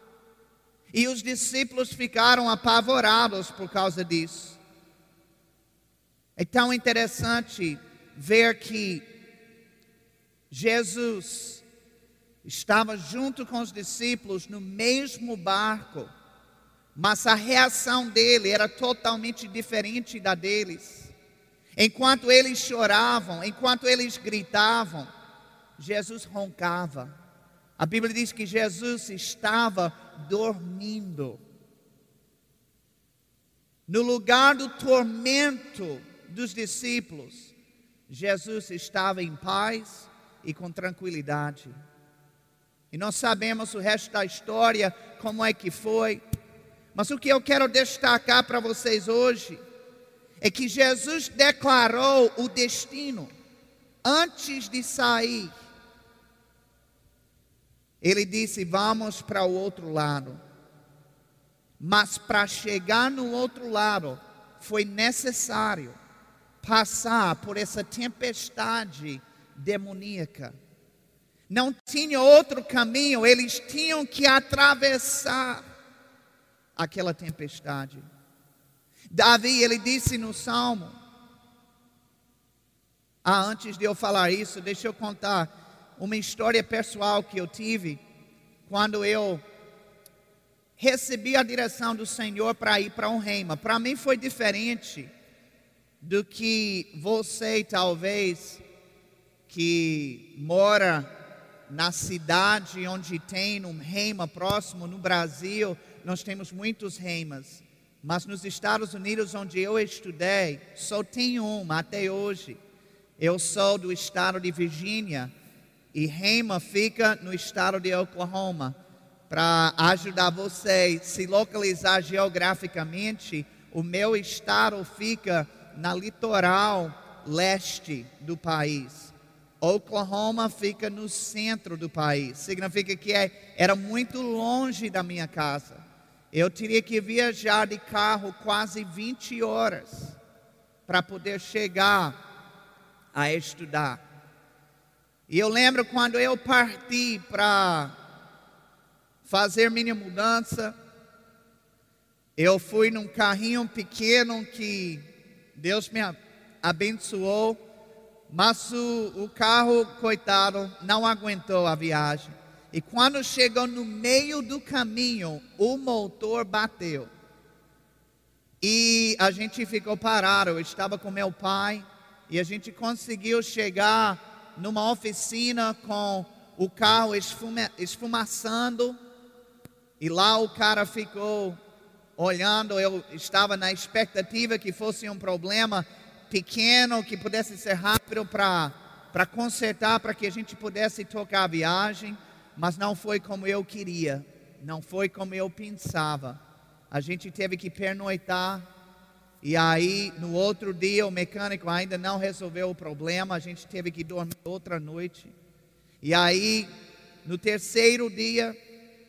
E os discípulos ficaram apavorados por causa disso. É tão interessante ver que Jesus estava junto com os discípulos no mesmo barco, mas a reação dele era totalmente diferente da deles. Enquanto eles choravam, enquanto eles gritavam, Jesus roncava. A Bíblia diz que Jesus estava dormindo. No lugar do tormento dos discípulos, Jesus estava em paz e com tranquilidade. E nós sabemos o resto da história, como é que foi. Mas o que eu quero destacar para vocês hoje é que Jesus declarou o destino antes de sair. Ele disse: vamos para o outro lado. Mas para chegar no outro lado, foi necessário passar por essa tempestade demoníaca. Não tinha outro caminho, eles tinham que atravessar aquela tempestade. Davi, ele disse no Salmo, antes de eu falar isso, deixa eu contar uma história pessoal que eu tive quando eu recebi a direção do Senhor para ir para um reima. Para mim foi diferente do que você, talvez, que mora na cidade onde tem um reima próximo. No Brasil, nós temos muitos reimas. Mas nos Estados Unidos, onde eu estudei, só tem uma até hoje. Eu sou do estado de Virgínia e reima fica no estado de Oklahoma. Para ajudar você a se localizar geograficamente, o meu estado fica na litoral leste do país. Oklahoma fica no centro do país. Significa que era muito longe da minha casa. Eu teria que viajar de carro quase 20 horas para poder chegar a estudar. E eu lembro quando eu parti para fazer minha mudança, eu fui num carrinho pequeno que Deus me abençoou, mas o carro, coitado, não aguentou a viagem. E quando chegou no meio do caminho, o motor bateu. E a gente ficou parado. Eu estava com meu pai e a gente conseguiu chegar numa oficina com o carro esfumaçando. E lá o cara ficou olhando. Eu estava na expectativa que fosse um problema pequeno, que pudesse ser rápido para consertar, para que a gente pudesse tocar a viagem. Mas não foi como eu queria, não foi como eu pensava. A gente teve que pernoitar. E aí, no outro dia, o mecânico ainda não resolveu o problema. A gente teve que dormir outra noite. E aí, no terceiro dia,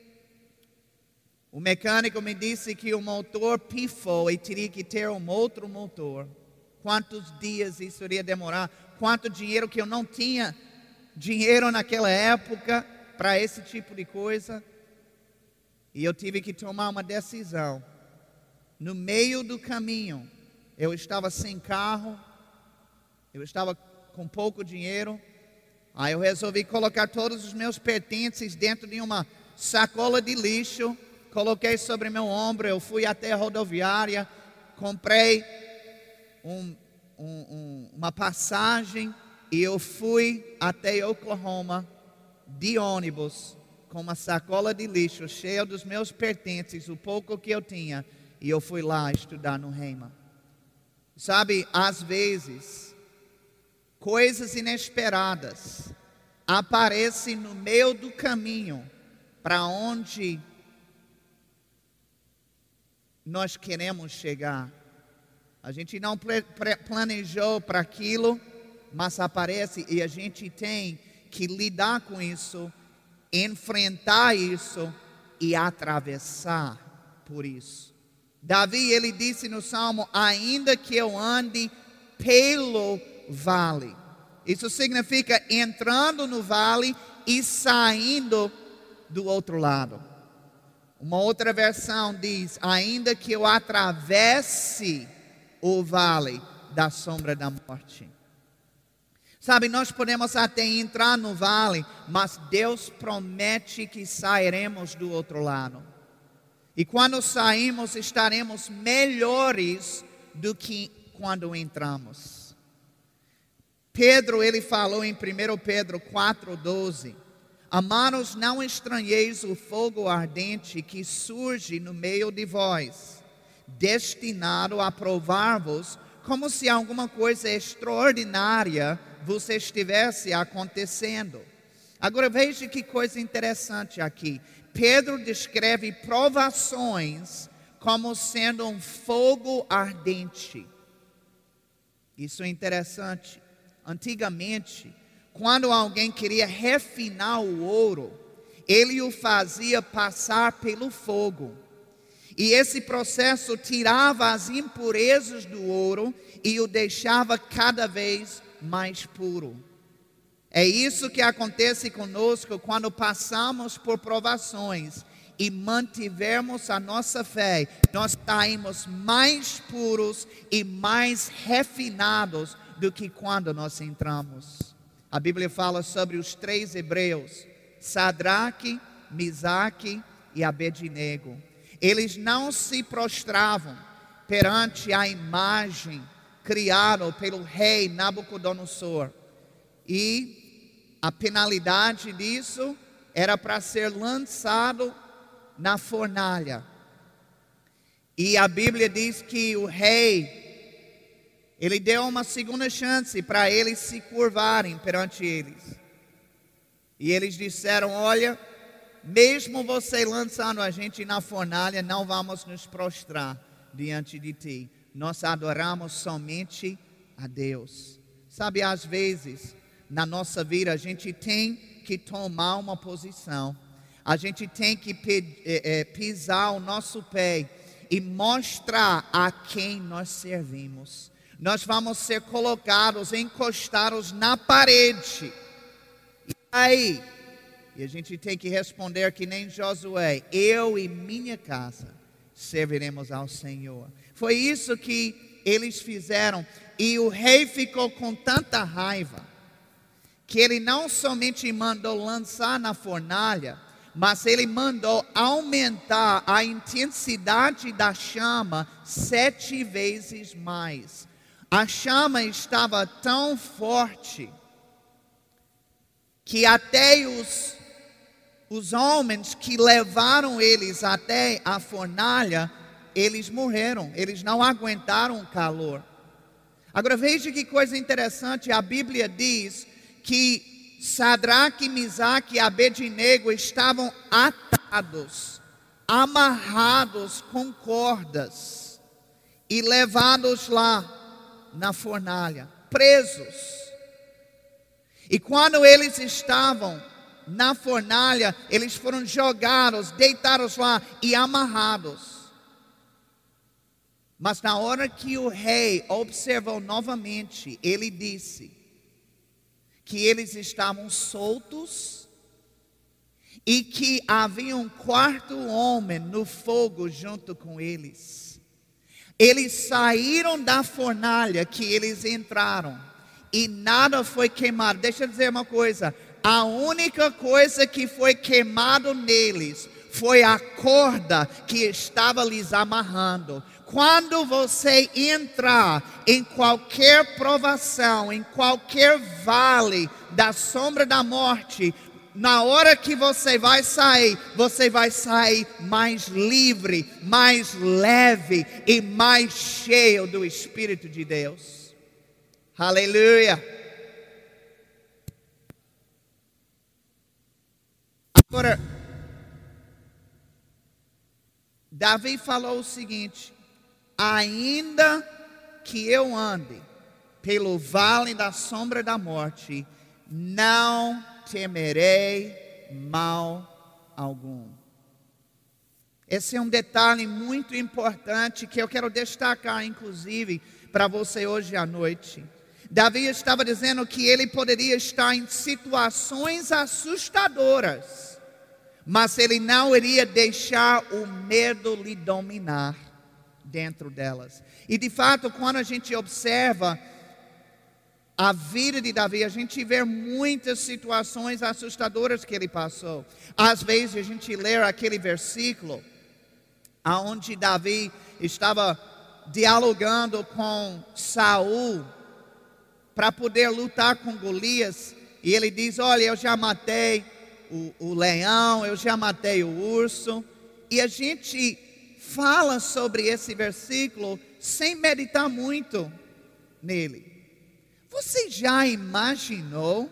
o mecânico me disse que o motor pifou e teria que ter um outro motor. Quantos dias isso iria demorar? Quanto dinheiro que eu não tinha dinheiro naquela época para esse tipo de coisa. E eu tive que tomar uma decisão. No meio do caminho, eu estava sem carro, eu estava com pouco dinheiro. Aí eu resolvi colocar todos os meus pertences dentro de uma sacola de lixo, coloquei sobre meu ombro. Eu fui até a rodoviária, comprei uma passagem e eu fui até Oklahoma de ônibus, com uma sacola de lixo cheia dos meus pertences, o pouco que eu tinha, e eu fui lá estudar no reima. Sabe, às vezes, coisas inesperadas aparecem no meio do caminho para onde nós queremos chegar. A gente não planejou para aquilo, mas aparece e a gente tem que lidar com isso, enfrentar isso e atravessar por isso. Davi, ele disse no Salmo: ainda que eu ande pelo vale. Isso significa entrando no vale e saindo do outro lado. Uma outra versão diz: ainda que eu atravesse o vale da sombra da morte. Sabe, nós podemos até entrar no vale, mas Deus promete que sairemos do outro lado. E quando saímos, estaremos melhores do que quando entramos. Pedro, ele falou em 1 Pedro 4,12: amados, não estranheis o fogo ardente que surge no meio de vós, destinado a provar-vos, como se alguma coisa extraordinária vos estivesse acontecendo. Agora veja que coisa interessante aqui. Pedro descreve provações como sendo um fogo ardente. Isso é interessante. Antigamente, quando alguém queria refinar o ouro, ele o fazia passar pelo fogo. E esse processo tirava as impurezas do ouro e o deixava cada vez mais puro. É isso que acontece conosco quando passamos por provações e mantivermos a nossa fé. Nós saímos mais puros e mais refinados do que quando nós entramos. A Bíblia fala sobre os 3 hebreus, Sadraque, Misaque e Abednego. Eles não se prostravam perante a imagem criada pelo rei Nabucodonosor. E a penalidade disso era para ser lançado na fornalha. E a Bíblia diz que o rei, ele deu uma segunda chance para eles se curvarem perante eles. E eles disseram: olha, mesmo você lançando a gente na fornalha, não vamos nos prostrar diante de ti. Nós adoramos somente a Deus. Sabe, às vezes, na nossa vida, a gente tem que tomar uma posição. A gente tem que pisar o nosso pé e mostrar a quem nós servimos. Nós vamos ser colocados, encostados na parede. E aí, e a gente tem que responder que nem Josué: eu e minha casa serviremos ao Senhor. Foi isso que eles fizeram. E o rei ficou com tanta raiva que ele não somente mandou lançar na fornalha, mas ele mandou aumentar a intensidade da chama 7 vezes mais. A chama estava tão forte que até os homens que levaram eles até a fornalha, eles morreram, eles não aguentaram o calor. Agora veja que coisa interessante, a Bíblia diz que Sadraque, Misaque e Abednego estavam atados, amarrados com cordas e levados lá na fornalha, presos. E quando eles estavam na fornalha, eles foram jogados, deitados lá e amarrados. Mas na hora que o rei observou novamente, ele disse que eles estavam soltos e que havia um 4º homem no fogo junto com eles. Eles saíram da fornalha que eles entraram e nada foi queimado. Deixa eu dizer uma coisa: a única coisa que foi queimado neles foi a corda que estava lhes amarrando. Quando você entrar em qualquer provação, em qualquer vale da sombra da morte, na hora que você vai sair mais livre, mais leve e mais cheio do Espírito de Deus. Aleluia! Agora, Davi falou o seguinte: ainda que eu ande pelo vale da sombra da morte, não temerei mal algum. Esse é um detalhe muito importante que eu quero destacar, inclusive, para você hoje à noite. Davi estava dizendo que ele poderia estar em situações assustadoras, mas ele não iria deixar o medo lhe dominar dentro delas. E de fato, quando a gente observa a vida de Davi, a gente vê muitas situações assustadoras que ele passou. Às vezes a gente lê aquele versículo onde Davi estava dialogando com Saul para poder lutar com Golias, e ele diz: olha, eu já matei o leão, eu já matei o urso. E a gente fala sobre esse versículo sem meditar muito nele. Você já imaginou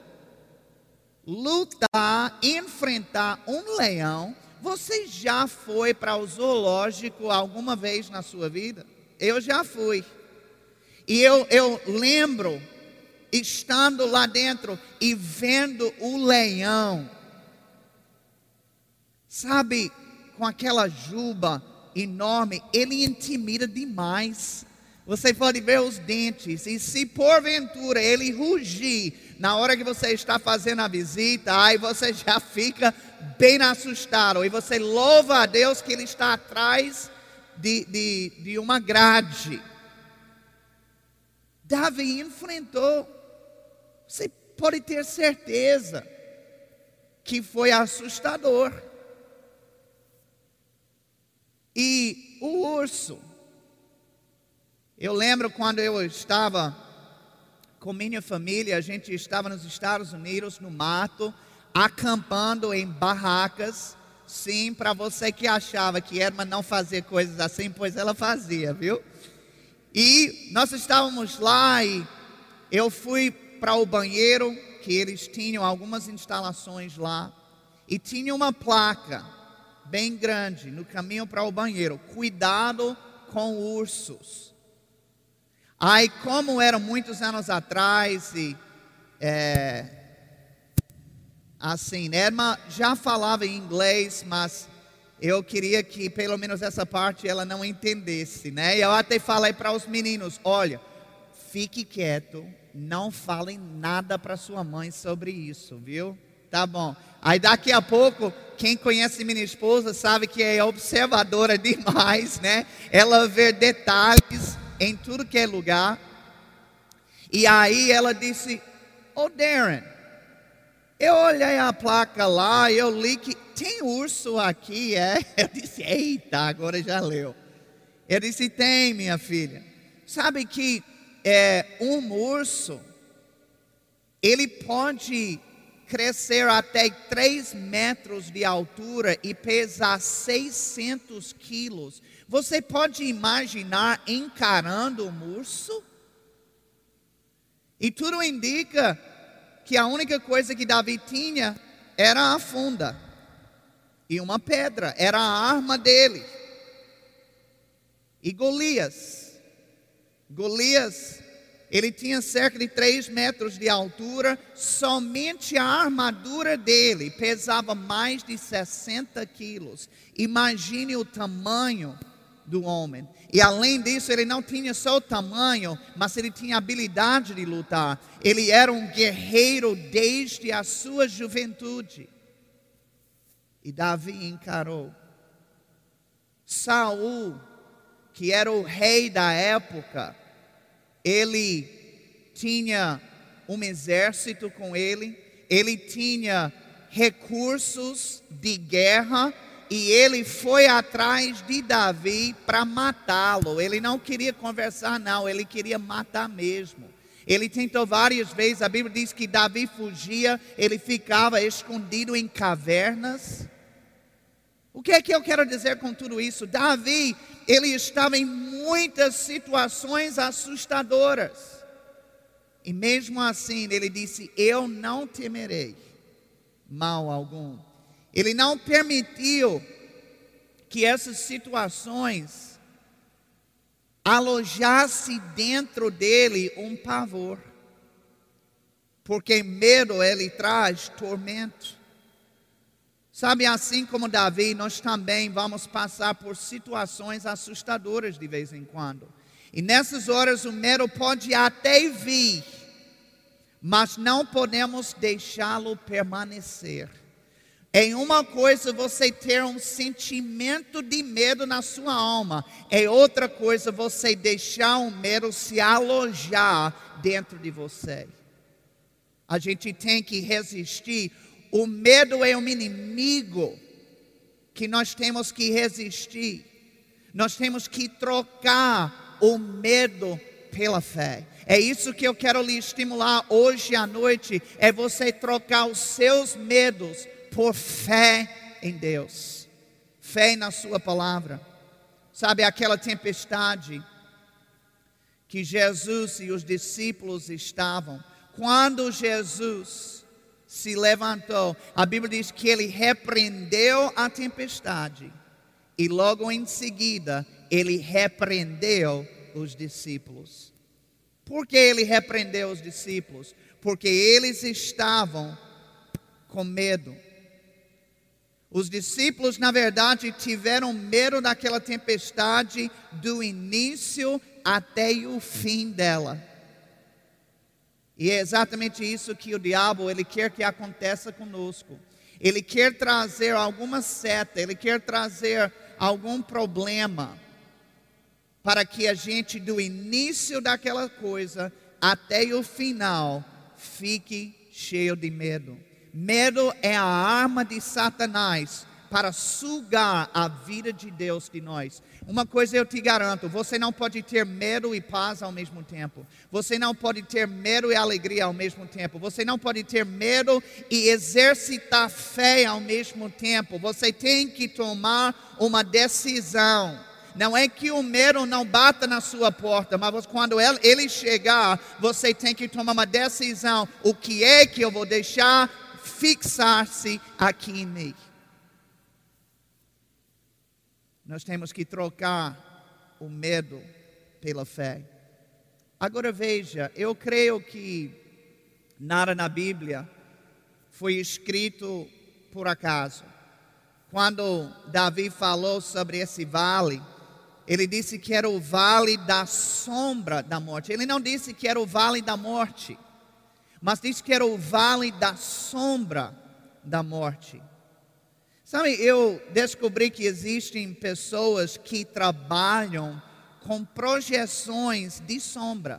lutar, enfrentar um leão? Você já foi para o zoológico alguma vez na sua vida? Eu já fui. E eu lembro estando lá dentro e vendo o leão sabe, com aquela juba enorme, ele intimida demais. Você pode ver os dentes, e se porventura ele rugir na hora que você está fazendo a visita, aí você já fica bem assustado, e você louva a Deus que ele está atrás de uma grade. Davi enfrentou, você pode ter certeza que foi assustador. E o urso, eu lembro quando eu estava com minha família, a gente estava nos Estados Unidos, no mato, acampando em barracas. Sim, para você que achava que Edma não fazia coisas assim, pois ela fazia, viu? E nós estávamos lá e eu fui para o banheiro, que eles tinham algumas instalações lá, e tinha uma placa bem grande no caminho para o banheiro: cuidado com ursos. Aí, como eram muitos anos atrás, e assim, Edma já falava em inglês, mas eu queria que pelo menos essa parte ela não entendesse, né? E eu até falei para os meninos: olha, fique quieto, não falem nada para sua mãe sobre isso, viu? Tá bom. Aí daqui a pouco, quem conhece minha esposa sabe que é observadora demais, né? Ela vê detalhes em tudo que é lugar. E aí ela disse: "Oh, Darren, eu olhei a placa lá, eu li que tem urso aqui, é?" Eu disse: "Eita, agora já leu." Eu disse: "Tem, minha filha. Sabe que um urso, ele pode crescer até 3 metros de altura e pesar 600 quilos. Você pode imaginar encarando um urso?" E tudo indica que a única coisa que Davi tinha era a funda e uma pedra, era a arma dele. E Golias, ele tinha cerca de 3 metros de altura, somente a armadura dele pesava mais de 60 quilos. Imagine o tamanho do homem. E além disso, ele não tinha só o tamanho, mas ele tinha habilidade de lutar. Ele era um guerreiro desde a sua juventude. E Davi encarou. Saul, que era o rei da época, ele tinha um exército com ele, ele tinha recursos de guerra, e ele foi atrás de Davi para matá-lo. Ele não queria conversar não, ele queria matar mesmo. Ele tentou várias vezes, a Bíblia diz que Davi fugia, ele ficava escondido em cavernas. O que é que eu quero dizer com tudo isso? Davi, ele estava em muitas situações assustadoras. E mesmo assim, ele disse: "Eu não temerei mal algum." Ele não permitiu que essas situações alojassem dentro dele um pavor. Porque medo, ele traz tormento. Sabe, assim como Davi, nós também vamos passar por situações assustadoras de vez em quando. E nessas horas o medo pode até vir, mas não podemos deixá-lo permanecer. É uma coisa você ter um sentimento de medo na sua alma, é outra coisa você deixar o medo se alojar dentro de você. A gente tem que resistir. O medo é um inimigo que nós temos que resistir. Nós temos que trocar o medo pela fé. É isso que eu quero lhe estimular hoje à noite, é você trocar os seus medos por fé em Deus, fé na sua palavra. Sabe aquela tempestade que Jesus e os discípulos estavam? Quando Jesus se levantou, a Bíblia diz que ele repreendeu a tempestade e logo em seguida ele repreendeu os discípulos. Por que ele repreendeu os discípulos? Porque eles estavam com medo. Os discípulos, na verdade, tiveram medo daquela tempestade do início até o fim dela. E é exatamente isso que o diabo, ele quer que aconteça conosco. Ele quer trazer alguma seta, ele quer trazer algum problema, para que a gente, do início daquela coisa até o final, fique cheio de medo. Medo é a arma de Satanás para sugar a vida de Deus de nós. Uma coisa eu te garanto, você não pode ter medo e paz ao mesmo tempo. Você não pode ter medo e alegria ao mesmo tempo. Você não pode ter medo e exercitar fé ao mesmo tempo. Você tem que tomar uma decisão. Não é que o medo não bata na sua porta, mas quando ele chegar, você tem que tomar uma decisão. O que é que eu vou deixar fixar-se aqui em mim? Nós temos que trocar o medo pela fé. Agora veja, eu creio que nada na Bíblia foi escrito por acaso. Quando Davi falou sobre esse vale, ele disse que era o vale da sombra da morte. Ele não disse que era o vale da morte, mas disse que era o vale da sombra da morte. Sabe, eu descobri que existem pessoas que trabalham com projeções de sombra.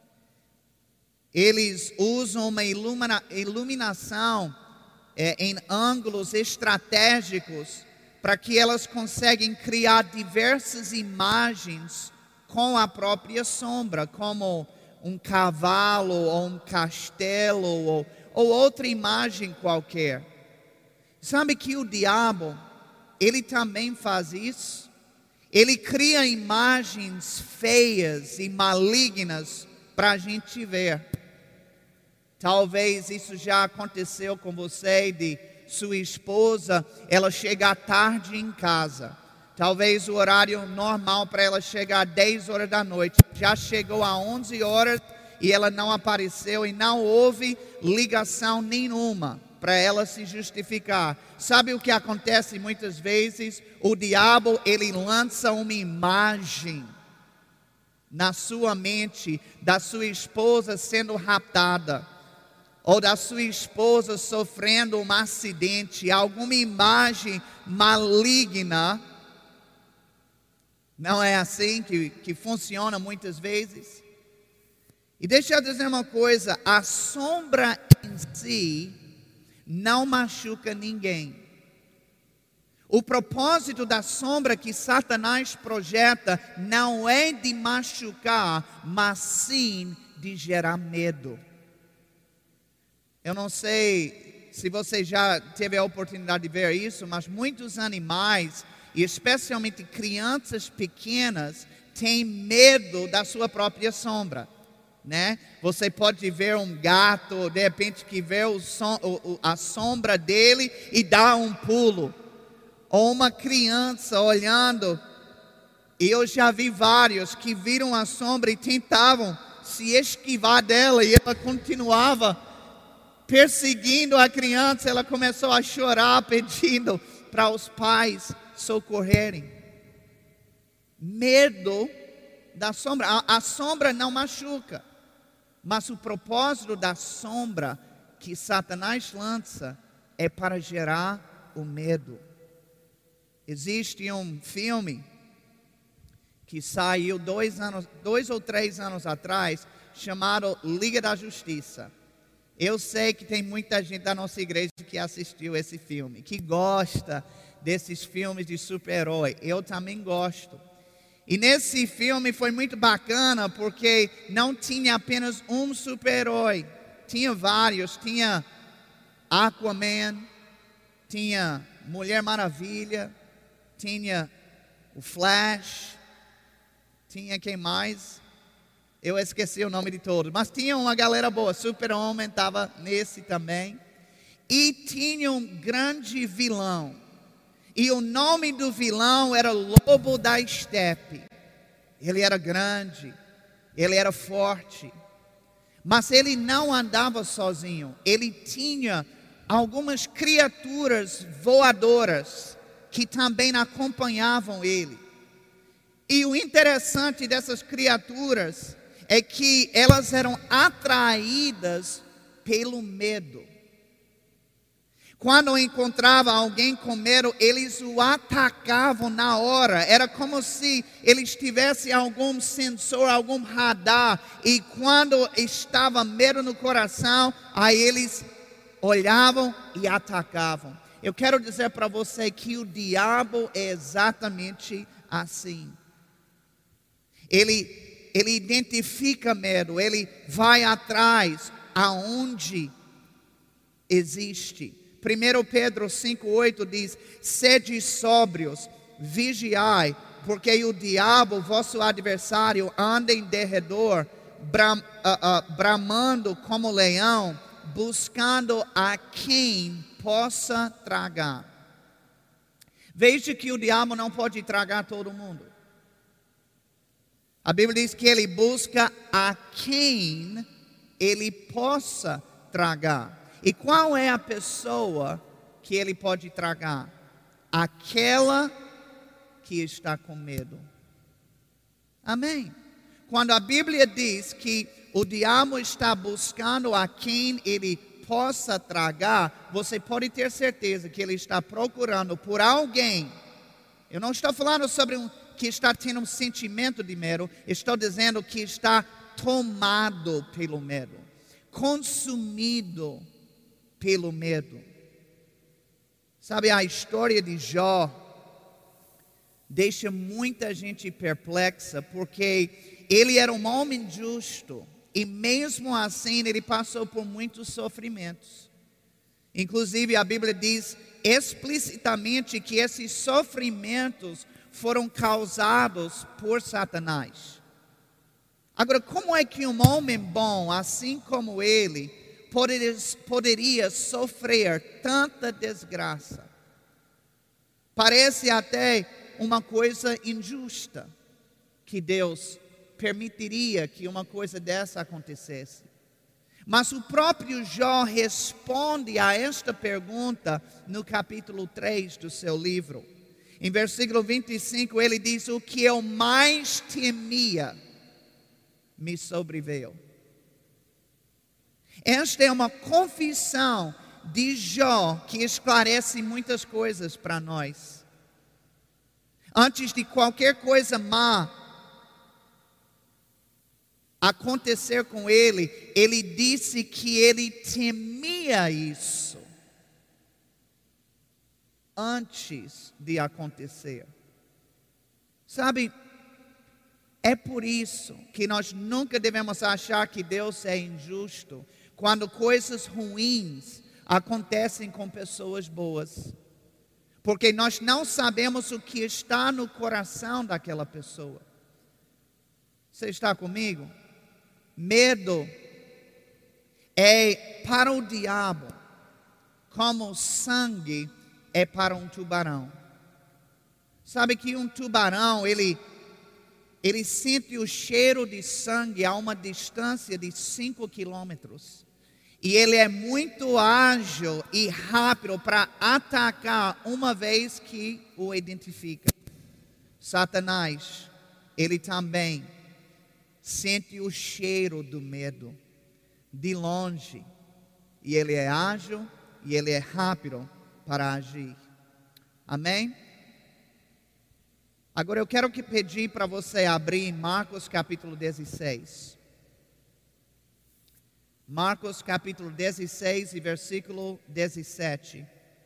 Eles usam uma iluminação em ângulos estratégicos para que elas conseguem criar diversas imagens com a própria sombra, como um cavalo ou um castelo ou outra imagem qualquer. Sabe que o diabo, ele também faz isso? Ele cria imagens feias e malignas para a gente ver. Talvez isso já aconteceu com você, de sua esposa, ela chegar tarde em casa. Talvez o horário normal para ela chegar às 10 horas da noite. Já chegou a 11 horas e ela não apareceu e não houve ligação nenhuma para ela se justificar. Sabe o que acontece muitas vezes? O diabo, ele lança uma imagem na sua mente da sua esposa sendo raptada, ou da sua esposa sofrendo um acidente, alguma imagem maligna. Não é assim que funciona muitas vezes? E deixa eu dizer uma coisa, a sombra em si não machuca ninguém. O propósito da sombra que Satanás projeta não é de machucar, mas sim de gerar medo. Eu não sei se você já teve a oportunidade de ver isso, mas muitos animais, e especialmente crianças pequenas, têm medo da sua própria sombra, né? Você pode ver um gato, de repente que vê a sombra dele e dá um pulo. Ou uma criança olhando, e eu já vi vários que viram a sombra e tentavam se esquivar dela, e ela continuava perseguindo a criança. Ela começou a chorar, pedindo para os pais socorrerem. Medo da sombra. A sombra não machuca, mas o propósito da sombra que Satanás lança é para gerar o medo. Existe um filme que saiu 2 ou 3 anos atrás, chamado Liga da Justiça. Eu sei que tem muita gente da nossa igreja que assistiu esse filme, que gosta desses filmes de super-herói. Eu também gosto. E nesse filme foi muito bacana, porque não tinha apenas um super-herói. Tinha vários. Tinha Aquaman, tinha Mulher Maravilha, tinha o Flash, tinha quem mais? Eu esqueci o nome de todos, mas tinha uma galera boa. Super-Homem estava nesse também. E tinha um grande vilão. E o nome do vilão era Lobo da Estepe. Ele era grande, ele era forte, mas ele não andava sozinho. Ele tinha algumas criaturas voadoras que também acompanhavam ele. E o interessante dessas criaturas é que elas eram atraídas pelo medo. Quando encontrava alguém com medo, eles o atacavam na hora. Era como se eles tivessem algum sensor, algum radar. E quando estava medo no coração, aí eles olhavam e atacavam. Eu quero dizer para você que o diabo é exatamente assim. Ele identifica medo, ele vai atrás aonde existe. 1 Pedro 5,8 diz: sede sóbrios, vigiai, porque o diabo, vosso adversário, anda em derredor, bramando como leão, buscando a quem possa tragar. Veja que o diabo não pode tragar todo mundo. A Bíblia diz que ele busca a quem ele possa tragar. E qual é a pessoa que ele pode tragar? Aquela que está com medo. Amém? Quando a Bíblia diz que o diabo está buscando a quem ele possa tragar, você pode ter certeza que ele está procurando por alguém. Eu não estou falando sobre que está tendo um sentimento de medo, estou dizendo que está tomado pelo medo, consumido pelo medo. Sabe, a história de Jó deixa muita gente perplexa, porque ele era um homem justo e mesmo assim ele passou por muitos sofrimentos. Inclusive a Bíblia diz explicitamente que esses sofrimentos foram causados por Satanás. Agora, como é que um homem bom, assim como ele, poderia sofrer tanta desgraça? Parece até uma coisa injusta que Deus permitiria que uma coisa dessa acontecesse. Mas o próprio Jó responde a esta pergunta no capítulo 3 do seu livro. Em versículo 25 ele diz: o que eu mais temia me sobreveio. Esta é uma confissão de Jó que esclarece muitas coisas para nós. Antes de qualquer coisa má acontecer com ele, ele disse que ele temia isso antes de acontecer. Sabe, é por isso que nós nunca devemos achar que Deus é injusto quando coisas ruins acontecem com pessoas boas. Porque nós não sabemos o que está no coração daquela pessoa. Você está comigo? Medo é para o diabo como sangue é para um tubarão. Sabe que um tubarão, ele sente o cheiro de sangue a uma distância de 5 quilômetros. E ele é muito ágil e rápido para atacar uma vez que o identifica. Satanás, ele também sente o cheiro do medo de longe. E ele é ágil e ele é rápido para agir. Amém? Agora eu quero pedir para você abrir em Marcos capítulo 16. Marcos capítulo 16 e versículo 17.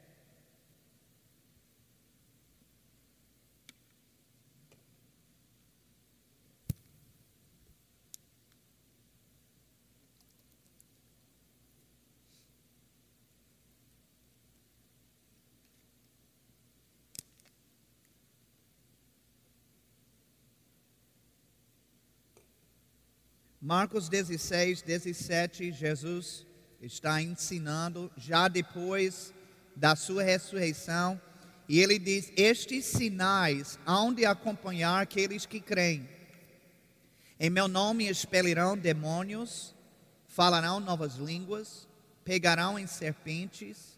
Marcos 16, 17, Jesus está ensinando já depois da sua ressurreição. E ele diz: estes sinais hão de acompanhar aqueles que creem. Em meu nome expelirão demônios, falarão novas línguas, pegarão em serpentes,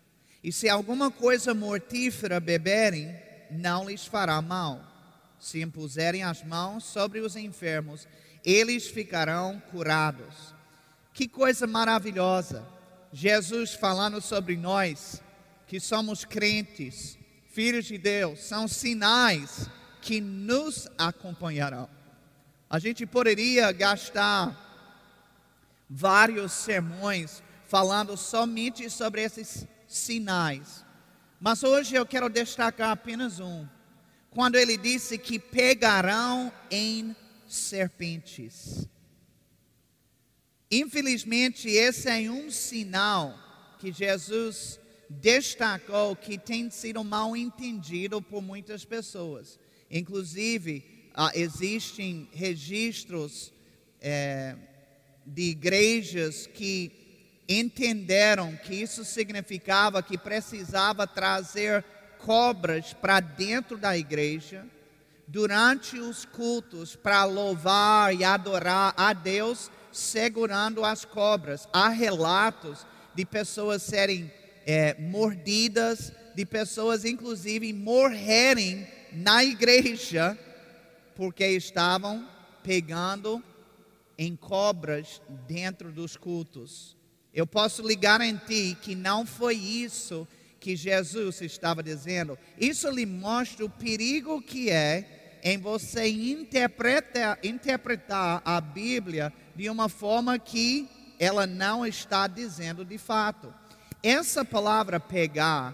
E se alguma coisa mortífera beberem, não lhes fará mal. Se impuserem as mãos sobre os enfermos, eles ficarão curados. Que coisa maravilhosa! Jesus falando sobre nós, que somos crentes, filhos de Deus, são sinais que nos acompanharão. A gente poderia gastar vários sermões falando somente sobre esses sinais, mas hoje eu quero destacar apenas um. Quando ele disse que pegarão em serpentes. Infelizmente, esse é um sinal que Jesus destacou que tem sido mal entendido por muitas pessoas. Inclusive, existem registros de igrejas que entenderam que isso significava que precisava trazer cobras para dentro da igreja durante os cultos para louvar e adorar a Deus segurando as cobras. Há relatos de pessoas serem mordidas, de pessoas inclusive morrerem na igreja porque estavam pegando em cobras dentro dos cultos. Eu posso lhe garantir que não foi isso que Jesus estava dizendo. Isso lhe mostra o perigo que é em você interpretar a Bíblia de uma forma que ela não está dizendo de fato. Essa palavra pegar,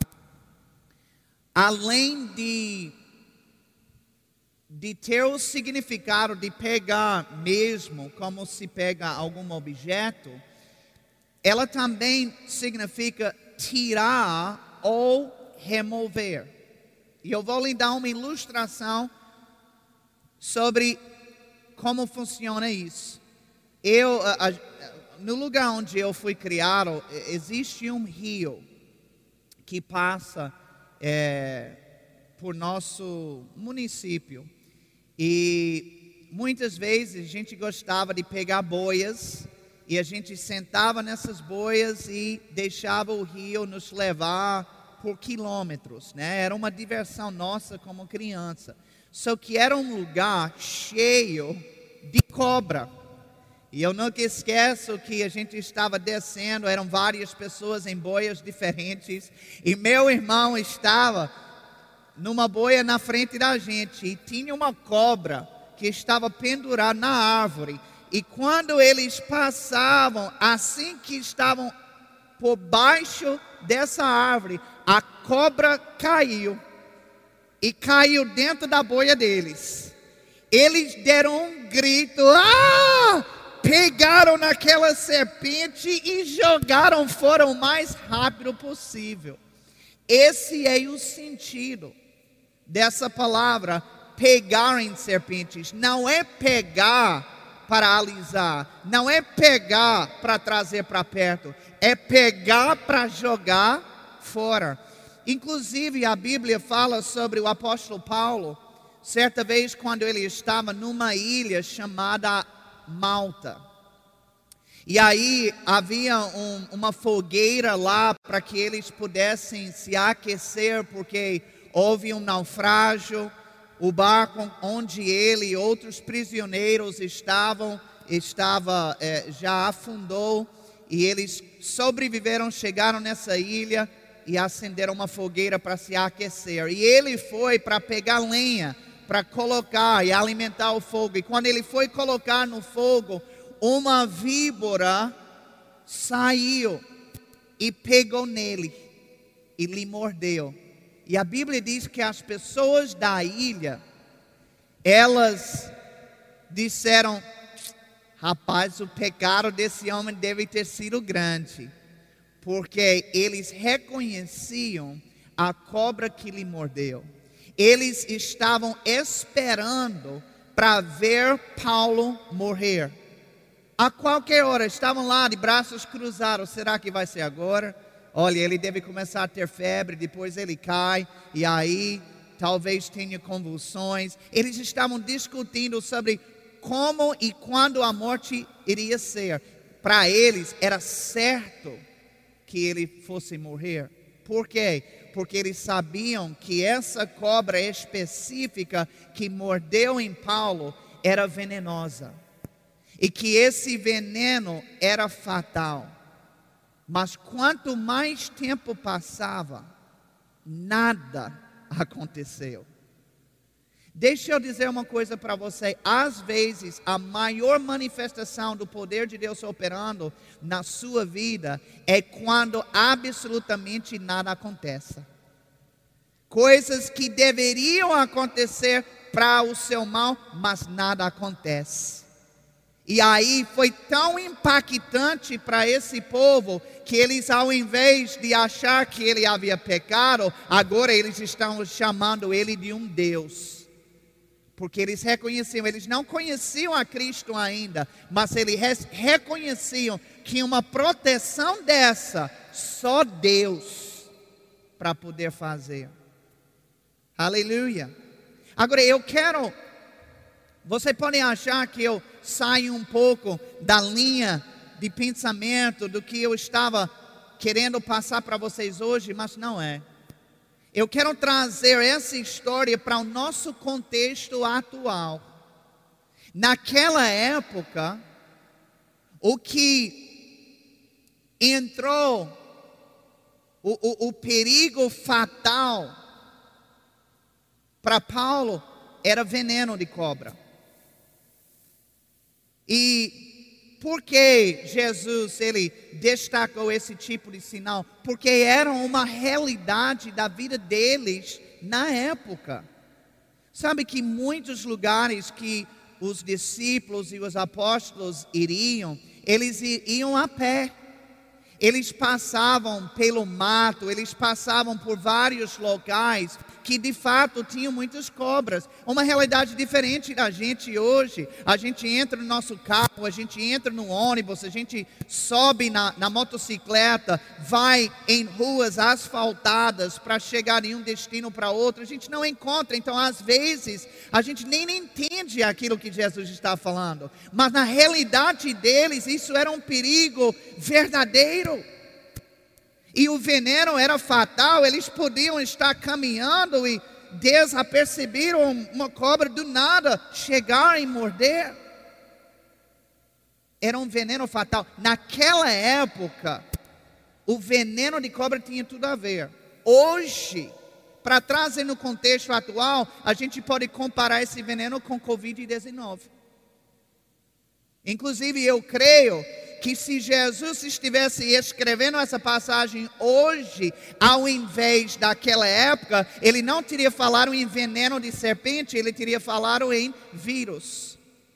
além de ter o significado de pegar mesmo, como se pega algum objeto, ela também significa tirar ou remover. E eu vou lhe dar uma ilustração sobre como funciona isso. No lugar onde eu fui criado, existe um rio que passa por nosso município. E muitas vezes a gente gostava de pegar boias e a gente sentava nessas boias e deixava o rio nos levar por quilômetros, né? Era uma diversão nossa como criança. Só que era um lugar cheio de cobra. E eu nunca esqueço que a gente estava descendo, eram várias pessoas em boias diferentes, e meu irmão estava numa boia na frente da gente, e tinha uma cobra que estava pendurada na árvore. E quando eles passavam, assim que estavam por baixo dessa árvore, a cobra caiu. E caiu dentro da boia deles. Eles deram um grito, pegaram naquela serpente e jogaram fora o mais rápido possível. Esse é o sentido dessa palavra, pegar em serpentes. Não é pegar para alisar, não é pegar para trazer para perto, é pegar para jogar fora. Inclusive a Bíblia fala sobre o apóstolo Paulo, certa vez quando ele estava numa ilha chamada Malta. E aí havia uma fogueira lá para que eles pudessem se aquecer, porque houve um naufrágio. O barco onde ele e outros prisioneiros estavam já afundou, e eles sobreviveram, chegaram nessa ilha e acenderam uma fogueira para se aquecer. E ele foi para pegar lenha, para colocar e alimentar o fogo. E quando ele foi colocar no fogo, uma víbora saiu e pegou nele e lhe mordeu. E a Bíblia diz que as pessoas da ilha, elas disseram: rapaz, o pecado desse homem deve ter sido grande, porque eles reconheciam a cobra que lhe mordeu. Eles estavam esperando para ver Paulo morrer. A qualquer hora, estavam lá de braços cruzados. Será que vai ser agora? Olha, ele deve começar a ter febre, depois ele cai, e aí talvez tenha convulsões. Eles estavam discutindo sobre como e quando a morte iria ser. Para eles era certo que ele fosse morrer. Por quê? Porque eles sabiam que essa cobra específica que mordeu em Paulo era venenosa. E que esse veneno era fatal. Mas quanto mais tempo passava, nada aconteceu. Deixa eu dizer uma coisa para você. Às vezes, a maior manifestação do poder de Deus operando na sua vida é quando absolutamente nada acontece. Coisas que deveriam acontecer para o seu mal, mas nada acontece. E aí foi tão impactante para esse povo que eles, ao invés de achar que ele havia pecado, agora eles estão chamando ele de um Deus. Porque eles reconheciam, eles não conheciam a Cristo ainda, mas eles reconheciam que uma proteção dessa, só Deus para poder fazer. Aleluia. Agora eu quero, você pode achar que eu saio um pouco da linha de pensamento do que eu estava querendo passar para vocês hoje, mas não é. Eu quero trazer essa história para o nosso contexto atual. Naquela época, o que entrou, o perigo fatal para Paulo era veneno de cobra. E por que Jesus ele destacou esse tipo de sinal? Porque era uma realidade da vida deles na época. Sabe que muitos lugares que os discípulos e os apóstolos iriam, eles iam a pé. Eles passavam pelo mato, eles passavam por vários locais que de fato tinham muitas cobras. Uma realidade diferente da gente hoje. A gente entra no nosso carro, a gente entra no ônibus, a gente sobe na motocicleta, vai em ruas asfaltadas para chegar em um destino para outro. A gente não encontra, então às vezes a gente nem entende aquilo que Jesus está falando. Mas na realidade deles isso era um perigo verdadeiro. E o veneno era fatal, eles podiam estar caminhando e desaperceberam uma cobra do nada chegar e morder. Era um veneno fatal. Naquela época, o veneno de cobra tinha tudo a ver. Hoje, para trazer no contexto atual, a gente pode comparar esse veneno com Covid-19. Inclusive, eu creio que se Jesus estivesse escrevendo essa passagem hoje, ao invés daquela época, ele não teria falado em veneno de serpente, ele teria falado em vírus.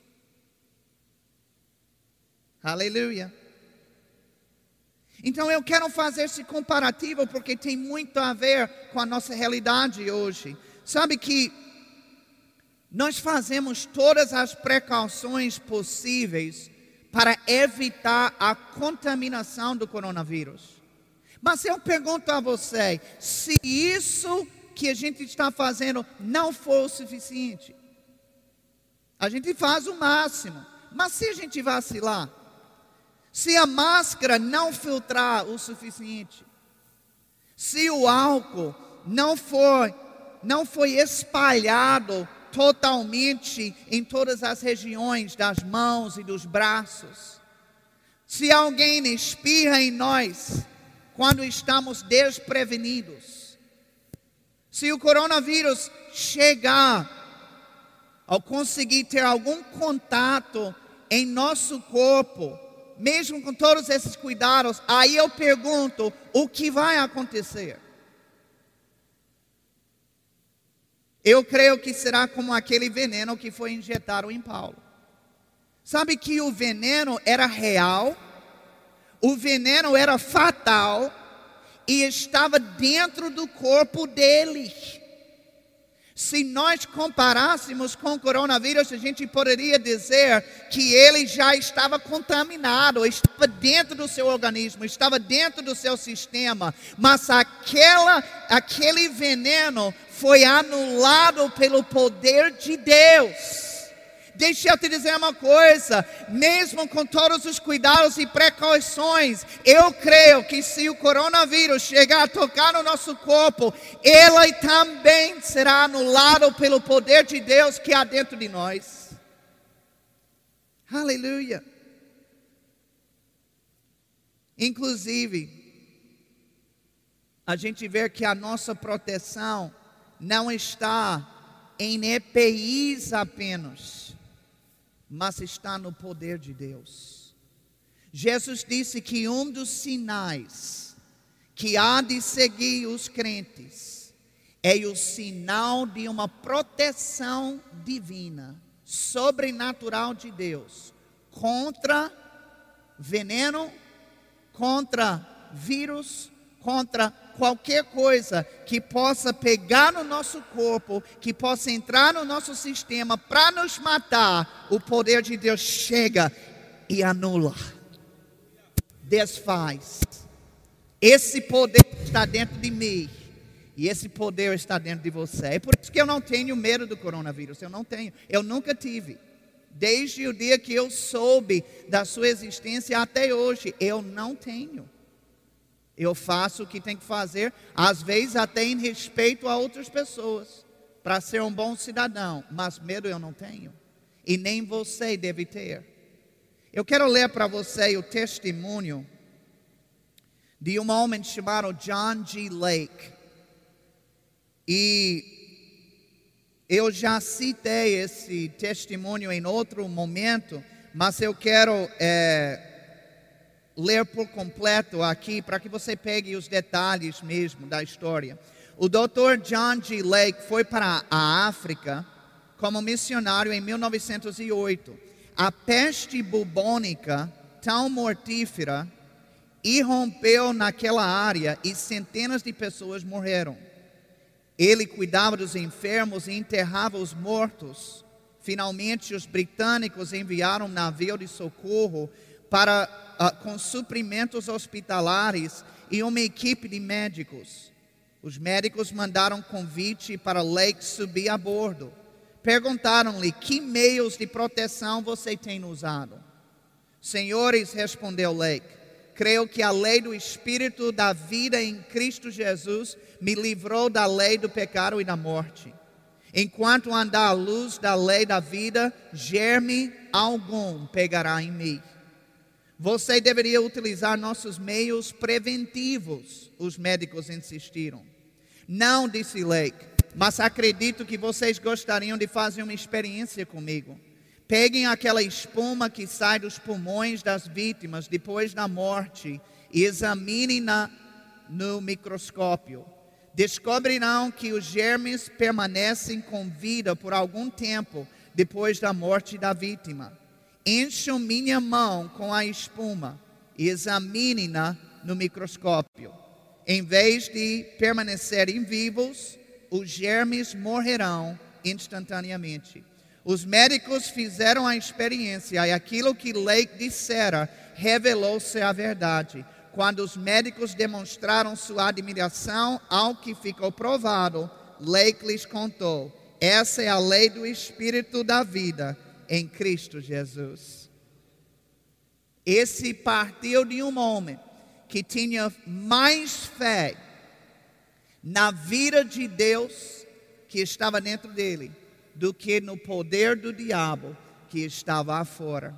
Aleluia. Então eu quero fazer esse comparativo porque tem muito a ver com a nossa realidade hoje. Sabe que nós fazemos todas as precauções possíveis para evitar a contaminação do coronavírus. Mas eu pergunto a você, se isso que a gente está fazendo não for o suficiente, a gente faz o máximo, mas se a gente vacilar, se a máscara não filtrar o suficiente, se o álcool não foi espalhado totalmente em todas as regiões das mãos e dos braços, se alguém espirra em nós quando estamos desprevenidos, se o coronavírus chegar ao conseguir ter algum contato em nosso corpo, mesmo com todos esses cuidados, aí eu pergunto, o que vai acontecer? Eu creio que será como aquele veneno que foi injetado em Paulo. Sabe que o veneno era real, o veneno era fatal e estava dentro do corpo dele. Se nós comparássemos com o coronavírus, a gente poderia dizer que ele já estava contaminado, estava dentro do seu organismo, estava dentro do seu sistema, mas aquele veneno foi anulado pelo poder de Deus. Deixa eu te dizer uma coisa, mesmo com todos os cuidados e precauções, eu creio que se o coronavírus chegar a tocar no nosso corpo, ele também será anulado pelo poder de Deus que há dentro de nós. Aleluia. Inclusive, a gente vê que a nossa proteção não está em EPIs apenas, mas está no poder de Deus. Jesus disse que um dos sinais que há de seguir os crentes é o sinal de uma proteção divina, sobrenatural de Deus, contra veneno, contra vírus, contra qualquer coisa que possa pegar no nosso corpo, que possa entrar no nosso sistema para nos matar. O poder de Deus chega e anula, desfaz. Esse poder está dentro de mim e esse poder está dentro de você. É por isso que eu não tenho medo do coronavírus. Eu nunca tive. Desde o dia que eu soube da sua existência até hoje, eu não tenho. Eu faço o que tem que fazer, às vezes até em respeito a outras pessoas, para ser um bom cidadão, mas medo eu não tenho, e nem você deve ter. Eu quero ler para você o testemunho de um homem chamado John G. Lake, e eu já citei esse testemunho em outro momento, mas eu quero ler por completo aqui, para que você pegue os detalhes mesmo da história. O Dr. John G. Lake foi para a África como missionário em 1908. A peste bubônica, tão mortífera, irrompeu naquela área e centenas de pessoas morreram. Ele cuidava dos enfermos e enterrava os mortos. Finalmente, os britânicos enviaram um navio de socorro com suprimentos hospitalares e uma equipe de médicos. Os médicos mandaram convite para Lake subir a bordo. Perguntaram-lhe: que meios de proteção você tem usado? Senhores, respondeu Lake, creio que a lei do Espírito da vida em Cristo Jesus me livrou da lei do pecado e da morte. Enquanto andar à luz da lei da vida, germe algum pegará em mim. Você deveria utilizar nossos meios preventivos, os médicos insistiram. Não, disse Lake, mas acredito que vocês gostariam de fazer uma experiência comigo. Peguem aquela espuma que sai dos pulmões das vítimas depois da morte e examinem-na no microscópio. Descobrirão que os germes permanecem com vida por algum tempo depois da morte da vítima. Encham minha mão com a espuma e examinem-na no microscópio. Em vez de permanecerem vivos, os germes morrerão instantaneamente. Os médicos fizeram a experiência e aquilo que Lake dissera revelou-se a verdade. Quando os médicos demonstraram sua admiração ao que ficou provado, Lake lhes contou: essa é a lei do Espírito da vida em Cristo Jesus. Esse partiu de um homem que tinha mais fé na vida de Deus que estava dentro dele do que no poder do diabo que estava afora.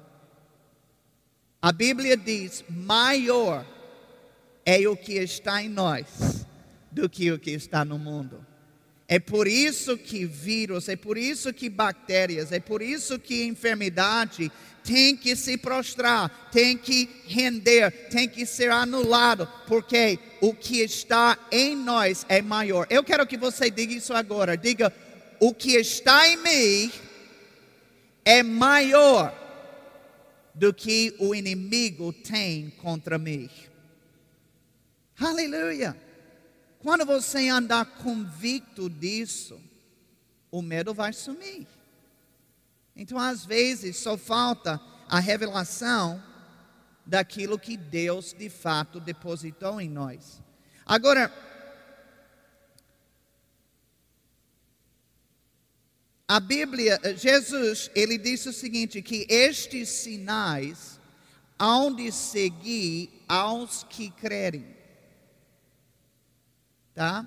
A Bíblia diz: maior é o que está em nós do que o que está no mundo. É por isso que vírus, é por isso que bactérias, é por isso que enfermidade tem que se prostrar, tem que render, tem que ser anulado, porque o que está em nós é maior. Eu quero que você diga isso agora, diga: o que está em mim é maior do que o inimigo tem contra mim. Aleluia! Quando você andar convicto disso, o medo vai sumir. Então, às vezes, só falta a revelação daquilo que Deus, de fato, depositou em nós. Agora, A Bíblia, Jesus, ele disse o seguinte, que estes sinais hão de seguir aos que crerem. Tá?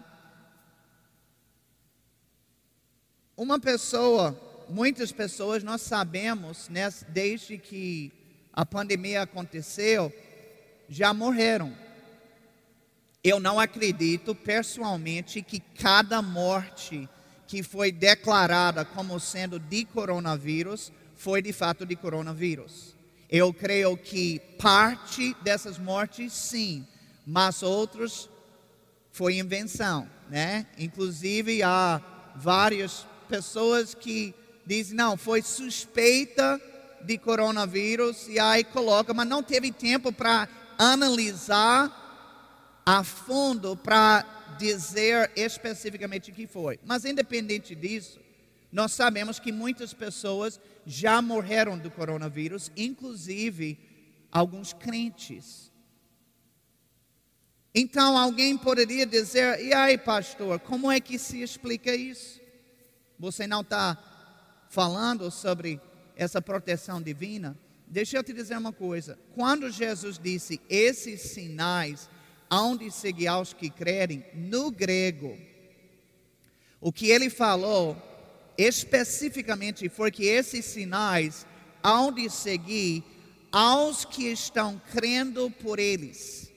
Muitas pessoas, nós sabemos, né, desde que a pandemia aconteceu, já morreram. Eu não acredito pessoalmente que cada morte que foi declarada como sendo de coronavírus foi de fato de coronavírus. Eu creio que parte dessas mortes sim, mas outros foi invenção, né? Inclusive há várias pessoas que dizem, não, foi suspeita de coronavírus, e aí coloca, mas não teve tempo para analisar a fundo para dizer especificamente o que foi. Mas independente disso, nós sabemos que muitas pessoas já morreram do coronavírus, inclusive alguns crentes. Então alguém poderia dizer, e aí pastor, como é que se explica isso? Você não está falando sobre essa proteção divina? Deixa eu te dizer uma coisa. Quando Jesus disse, esses sinais hão de seguir aos que crerem, no grego, o que ele falou especificamente foi que esses sinais hão de seguir aos que estão crendo por eles.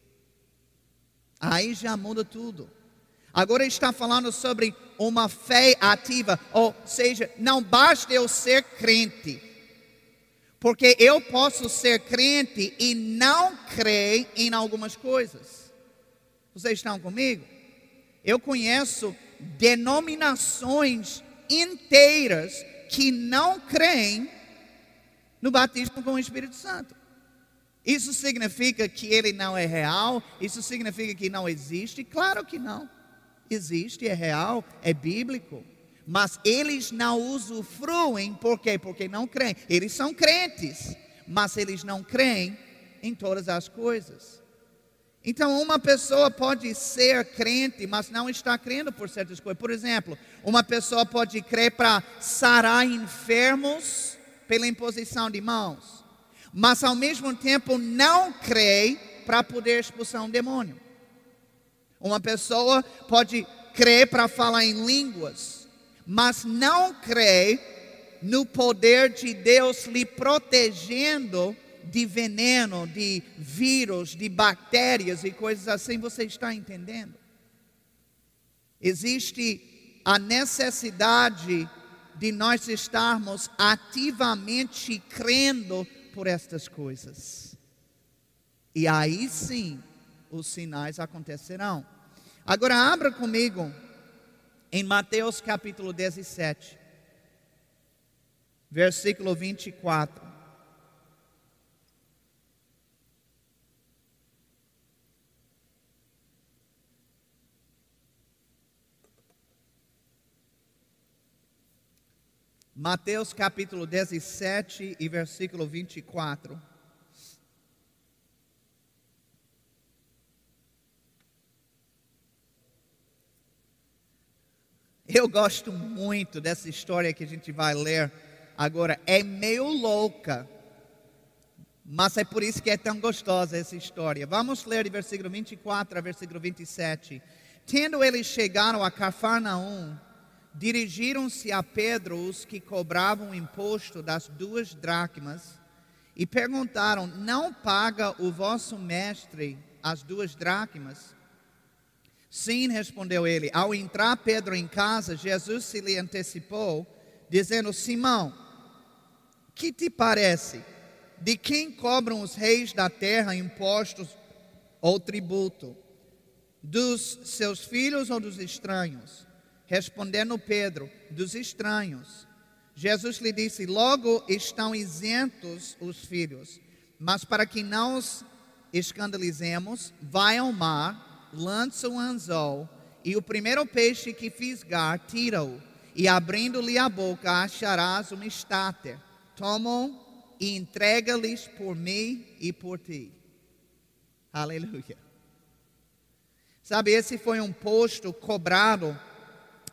Aí já muda tudo. Agora está falando sobre uma fé ativa, ou seja, não basta eu ser crente, porque eu posso ser crente e não crer em algumas coisas. Vocês estão comigo? Eu conheço denominações inteiras que não creem no batismo com o Espírito Santo. Isso significa que ele não é real? Isso significa que não existe? Claro que não. Existe, é real, é bíblico. Mas eles não usufruem, por quê? Porque não creem. Eles são crentes, mas eles não creem em todas as coisas. Então uma pessoa pode ser crente, mas não está crendo por certas coisas. Por exemplo, uma pessoa pode crer para sarar enfermos pela imposição de mãos, mas ao mesmo tempo não crê para poder expulsar um demônio. Uma pessoa pode crer para falar em línguas, mas não crê no poder de Deus lhe protegendo de veneno, de vírus, de bactérias e coisas assim. Você está entendendo? Existe a necessidade de nós estarmos ativamente crendo por estas coisas. E aí sim, os sinais acontecerão. Agora abra comigo em Mateus capítulo 17, versículo 24. Mateus capítulo 17 e versículo 24. Eu gosto muito dessa história que a gente vai ler agora. É meio louca, mas é por isso que é tão gostosa essa história. Vamos ler de versículo 24 a versículo 27. Tendo eles chegado a Cafarnaum, dirigiram-se a Pedro os que cobravam o imposto das 2 dracmas e perguntaram: não paga o vosso mestre as 2 dracmas? Sim, respondeu ele. Ao entrar Pedro em casa, Jesus se lhe antecipou, dizendo: Simão, que te parece? De quem cobram os reis da terra impostos ou tributo? Dos seus filhos ou dos estranhos? Respondendo Pedro: dos estranhos. Jesus lhe disse: logo estão isentos os filhos, mas para que não os escandalizemos, vai ao mar, lança o anzol, e o primeiro peixe que fisgar, tira-o, e abrindo-lhe a boca, acharás uma estáter. Toma-o e entrega-lhes por mim e por ti. Aleluia. Sabe, esse foi um imposto cobrado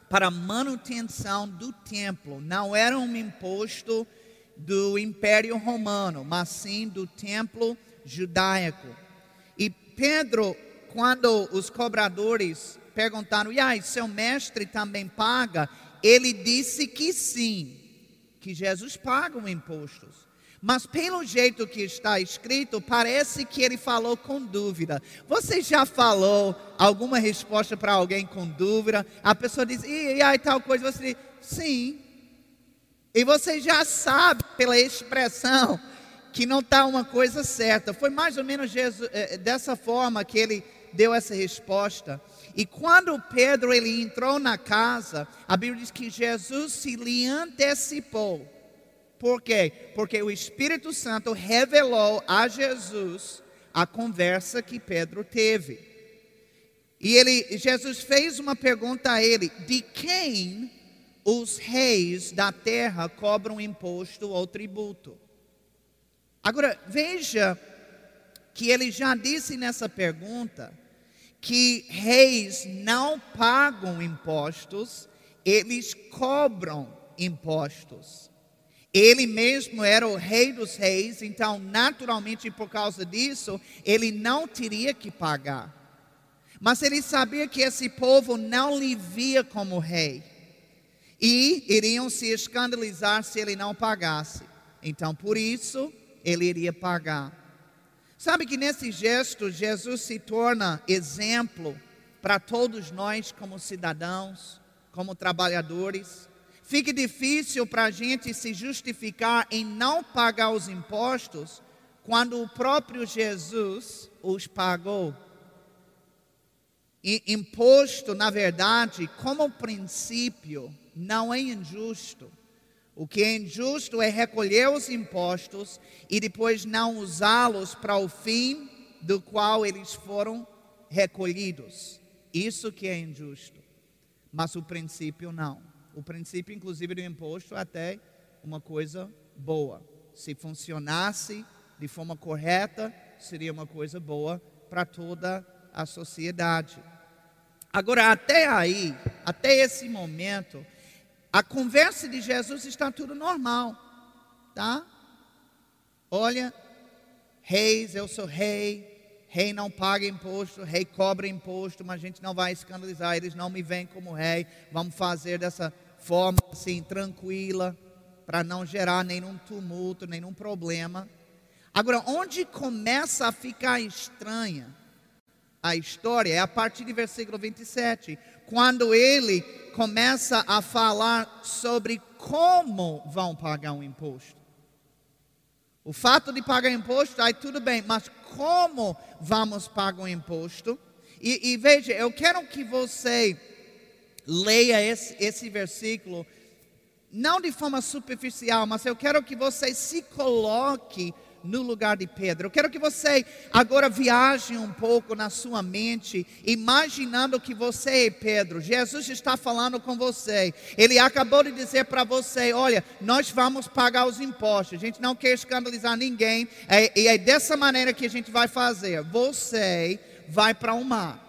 para a manutenção do templo. Não era um imposto do Império Romano, mas sim do templo judaico. E Pedro, quando os cobradores perguntaram, e aí, seu mestre também paga? Ele disse que sim, que Jesus paga os impostos. Mas pelo jeito que está escrito, parece que ele falou com dúvida. Você já falou alguma resposta para alguém com dúvida? A pessoa diz, e aí tal coisa, você diz, sim. E você já sabe pela expressão que não está uma coisa certa. Foi mais ou menos dessa forma que ele deu essa resposta. E quando Pedro ele entrou na casa, a Bíblia diz que Jesus se lhe antecipou. Por quê? Porque o Espírito Santo revelou a Jesus a conversa que Pedro teve. E Jesus fez uma pergunta a ele: de quem os reis da terra cobram imposto ou tributo? Agora, veja que ele já disse nessa pergunta que reis não pagam impostos, eles cobram impostos. Ele mesmo era o rei dos reis, então naturalmente por causa disso, ele não teria que pagar. Mas ele sabia que esse povo não lhe via como rei. E iriam se escandalizar se ele não pagasse. Então por isso, ele iria pagar. Sabe que nesse gesto, Jesus se torna exemplo para todos nós como cidadãos, como trabalhadores. Fica difícil para a gente se justificar em não pagar os impostos quando o próprio Jesus os pagou. E imposto, na verdade, como princípio, não é injusto. O que é injusto é recolher os impostos e depois não usá-los para o fim do qual eles foram recolhidos. Isso que é injusto. Mas o princípio não. O princípio, inclusive, do imposto é até uma coisa boa. Se funcionasse de forma correta, seria uma coisa boa para toda a sociedade. Agora, até aí, até esse momento, a conversa de Jesus está tudo normal, tá? Olha, reis, eu sou rei, rei não paga imposto, rei cobra imposto, mas a gente não vai escandalizar, eles não me veem como rei, vamos fazer dessa forma assim, tranquila, para não gerar nenhum tumulto, nenhum problema. Agora, onde começa a ficar estranha a história é a partir do versículo 27, quando ele começa a falar sobre como vão pagar um imposto. O fato de pagar imposto, aí tudo bem, mas como vamos pagar um imposto? E veja, eu quero que você leia esse versículo, não de forma superficial, mas eu quero que você se coloque no lugar de Pedro. Eu quero que você agora viaje um pouco na sua mente, imaginando que você é Pedro. Jesus está falando com você. Ele acabou de dizer para você: olha, nós vamos pagar os impostos. A gente não quer escandalizar ninguém. E é dessa maneira que a gente vai fazer. Você vai para o mar.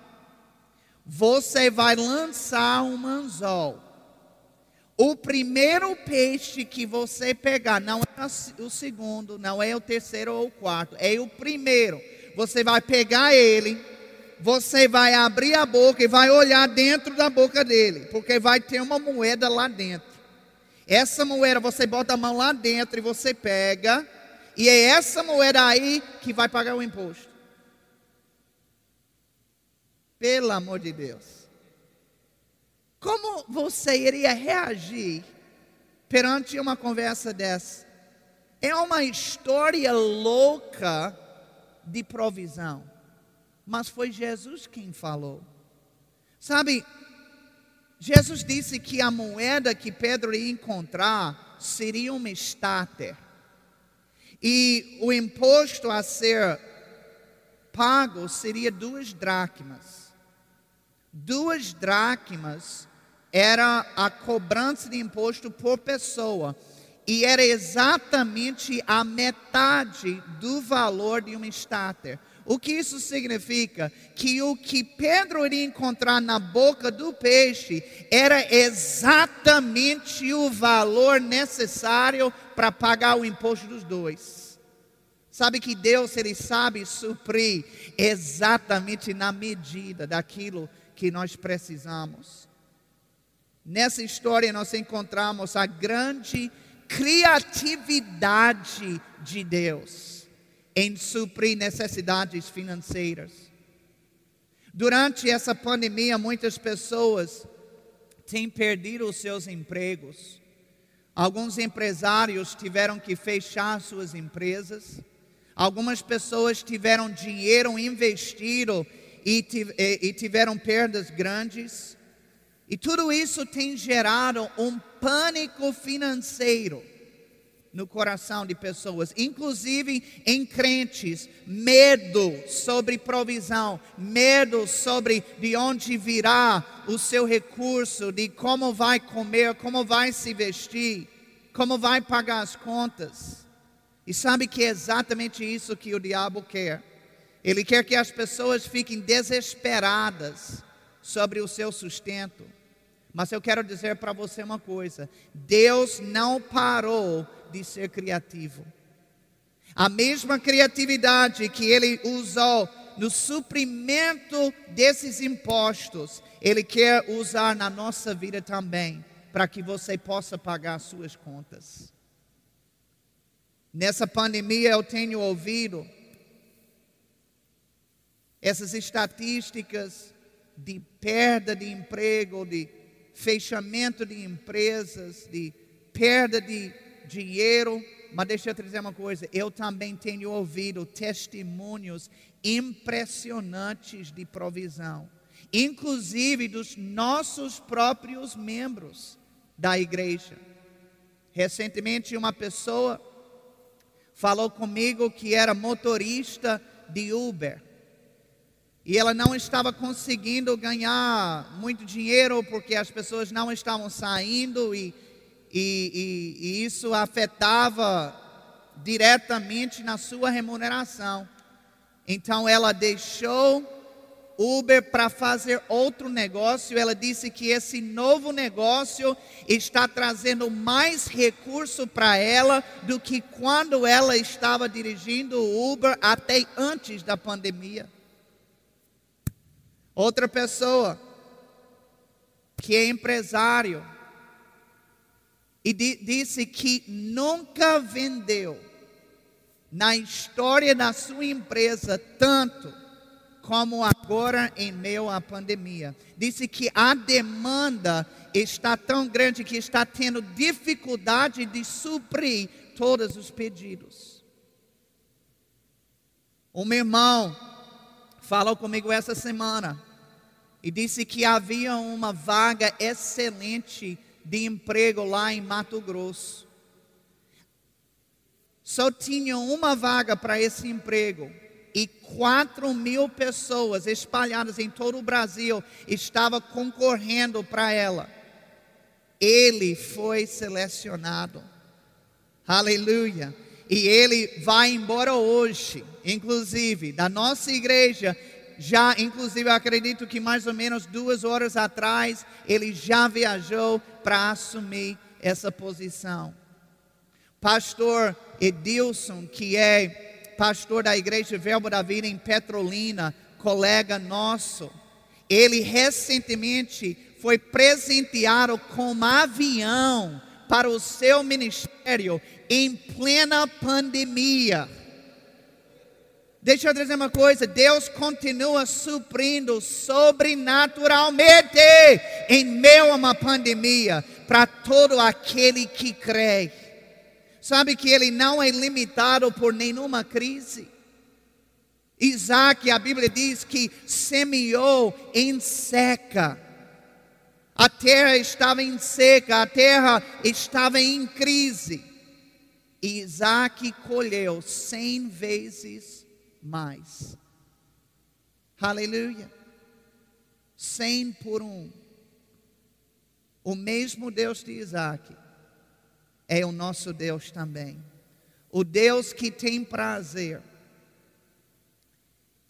Você vai lançar um anzol. O primeiro peixe que você pegar, não é o segundo, não é o terceiro ou o quarto, é o primeiro. Você vai pegar ele, você vai abrir a boca e vai olhar dentro da boca dele, porque vai ter uma moeda lá dentro. Essa moeda, você bota a mão lá dentro e você pega, e é essa moeda aí que vai pagar o imposto. Pelo amor de Deus. Como você iria reagir perante uma conversa dessa? É uma história louca de provisão. Mas foi Jesus quem falou. Sabe, Jesus disse que a moeda que Pedro ia encontrar seria uma estáter. E o imposto a ser pago seria 2 dracmas. 2 dracmas era a cobrança de imposto por pessoa. E era exatamente a metade do valor de uma estáter. O que isso significa? Que o que Pedro iria encontrar na boca do peixe era exatamente o valor necessário para pagar o imposto dos dois. Sabe que Deus, Ele sabe suprir exatamente na medida daquilo que nós precisamos. Nessa história nós encontramos a grande criatividade de Deus em suprir necessidades financeiras. Durante essa pandemia, muitas pessoas têm perdido os seus empregos. Alguns empresários tiveram que fechar suas empresas. Algumas pessoas tiveram dinheiro investido e tiveram perdas grandes. E tudo isso tem gerado um pânico financeiro no coração de pessoas, inclusive em crentes, medo sobre provisão, medo sobre de onde virá o seu recurso, de como vai comer, como vai se vestir, como vai pagar as contas. E sabe que é exatamente isso que o diabo quer. Ele quer que as pessoas fiquem desesperadas sobre o seu sustento. Mas eu quero dizer para você uma coisa: Deus não parou de ser criativo. A mesma criatividade que Ele usou no suprimento desses impostos, Ele quer usar na nossa vida também, para que você possa pagar suas contas. Nessa pandemia eu tenho ouvido essas estatísticas de perda de emprego, de fechamento de empresas, de perda de dinheiro. Mas deixa eu te dizer uma coisa, eu também tenho ouvido testemunhos impressionantes de provisão, inclusive dos nossos próprios membros da igreja. Recentemente uma pessoa falou comigo que era motorista de Uber. E ela não estava conseguindo ganhar muito dinheiro porque as pessoas não estavam saindo e isso afetava diretamente na sua remuneração. Então ela deixou Uber para fazer outro negócio. Ela disse que esse novo negócio está trazendo mais recurso para ela do que quando ela estava dirigindo o Uber até antes da pandemia. Outra pessoa que é empresário e disse que nunca vendeu na história da sua empresa tanto como agora em meio à pandemia. Disse que a demanda está tão grande que está tendo dificuldade de suprir todos os pedidos. Um irmão falou comigo essa semana e disse que havia uma vaga excelente de emprego lá em Mato Grosso. Só tinha uma vaga para esse emprego e 4.000 pessoas espalhadas em todo o Brasil estavam concorrendo para ela. Ele foi selecionado. Aleluia. E ele vai embora hoje, inclusive, da nossa igreja. Já, inclusive, eu acredito que mais ou menos 2 horas atrás, ele já viajou para assumir essa posição. Pastor Edilson, que é pastor da Igreja Verbo da Vida em Petrolina, colega nosso, ele recentemente foi presenteado com um avião para o seu ministério em plena pandemia. Deixa eu dizer uma coisa, Deus continua suprindo sobrenaturalmente em meio a uma pandemia para todo aquele que crê. Sabe que Ele não é limitado por nenhuma crise. Isaac, a Bíblia diz que semeou em seca. A terra estava em seca, a terra estava em crise. E Isaac colheu 100 vezes mais. Aleluia. 100 por 1. O mesmo Deus de Isaac é o nosso Deus também. O Deus que tem prazer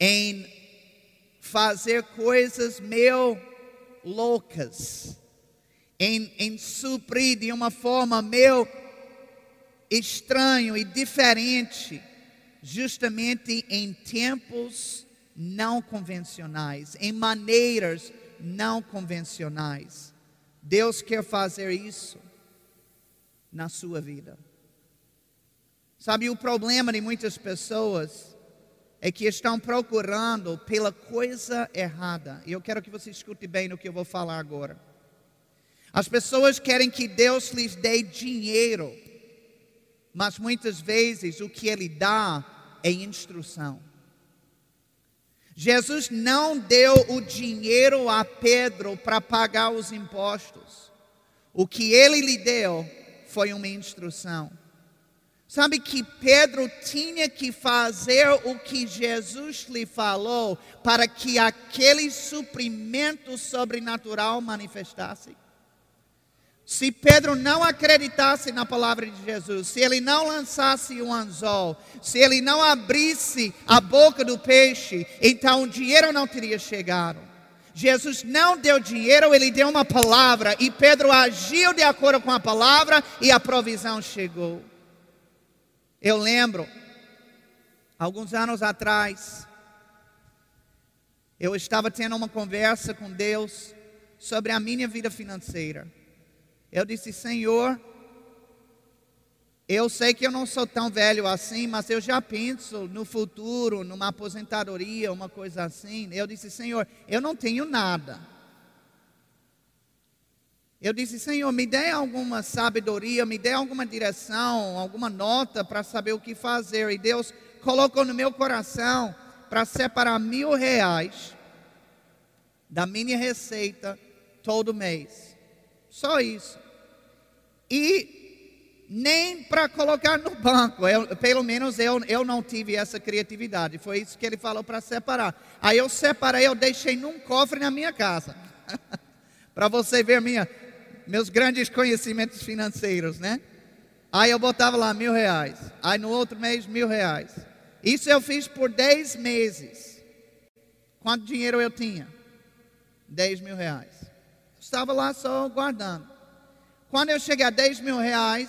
em fazer coisas meio loucas, em suprir de uma forma meio estranha e diferente, justamente em tempos não convencionais, em maneiras não convencionais. Deus quer fazer isso na sua vida. Sabe, o problema de muitas pessoas é que estão procurando pela coisa errada. E eu quero que você escute bem no que eu vou falar agora. As pessoas querem que Deus lhes dê dinheiro, mas muitas vezes o que Ele dá é instrução. Jesus não deu o dinheiro a Pedro para pagar os impostos. O que Ele lhe deu foi uma instrução. Sabe que Pedro tinha que fazer o que Jesus lhe falou para que aquele suprimento sobrenatural manifestasse? Se Pedro não acreditasse na palavra de Jesus, se ele não lançasse o anzol, se ele não abrisse a boca do peixe, então o dinheiro não teria chegado. Jesus não deu dinheiro, Ele deu uma palavra, e Pedro agiu de acordo com a palavra e a provisão chegou. Eu lembro, alguns anos atrás, eu estava tendo uma conversa com Deus sobre a minha vida financeira. Eu disse: Senhor, eu sei que eu não sou tão velho assim, mas eu já penso no futuro, numa aposentadoria, uma coisa assim. Eu disse: Senhor, eu não tenho nada. Eu disse: Senhor, me dê alguma sabedoria, me dê alguma direção, alguma nota para saber o que fazer. E Deus colocou no meu coração para separar R$1.000 da minha receita todo mês. Só isso. E nem para colocar no banco. Pelo menos eu não tive essa criatividade. Foi isso que Ele falou para separar. Aí eu separei, eu deixei num cofre na minha casa. Para você ver meus grandes conhecimentos financeiros, né? Aí eu botava lá R$1.000. Aí no outro mês R$1.000. Isso eu fiz por 10 meses. Quanto dinheiro eu tinha? R$10.000. Estava lá só guardando. Quando eu cheguei a R$10.000,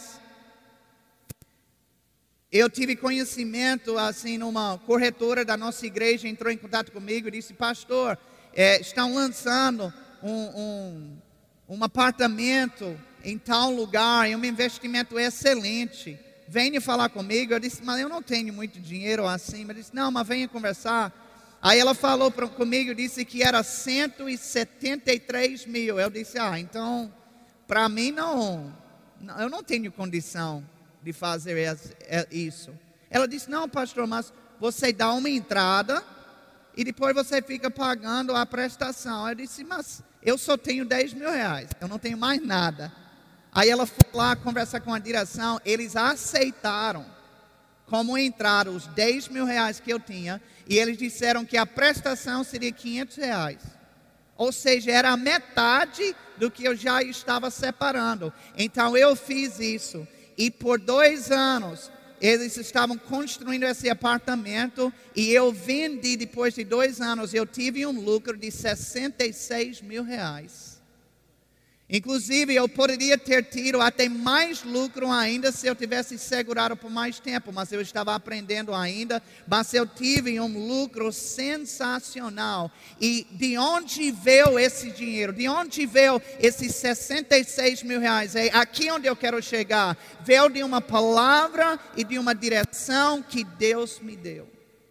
eu tive conhecimento, assim, numa corretora da nossa igreja, entrou em contato comigo e disse: pastor, estão lançando um apartamento em tal lugar, é um investimento excelente. Venha falar comigo. Eu disse: mas eu não tenho muito dinheiro assim. Mas disse: não, mas venha conversar. Aí ela falou comigo, disse que era 173 mil. Eu disse: então, para mim eu não tenho condição de fazer isso. Ela disse: não, pastor, mas você dá uma entrada e depois você fica pagando a prestação. Eu disse: mas eu só tenho R$10.000, eu não tenho mais nada. Aí ela foi lá conversar com a direção, eles aceitaram como entrada os R$10.000 que eu tinha, e eles disseram que a prestação seria R$500. Ou seja, era a metade do que eu já estava separando. Então eu fiz isso, e por 2 anos eles estavam construindo esse apartamento, e eu vendi depois de 2 anos. Eu tive um lucro de R$66.000. Inclusive, eu poderia ter tido até mais lucro ainda se eu tivesse segurado por mais tempo, mas eu estava aprendendo ainda. Mas eu tive um lucro sensacional. E de onde veio esse dinheiro? De onde veio esses R$66.000? É aqui onde eu quero chegar. Veio de uma palavra e de uma direção que Deus me deu.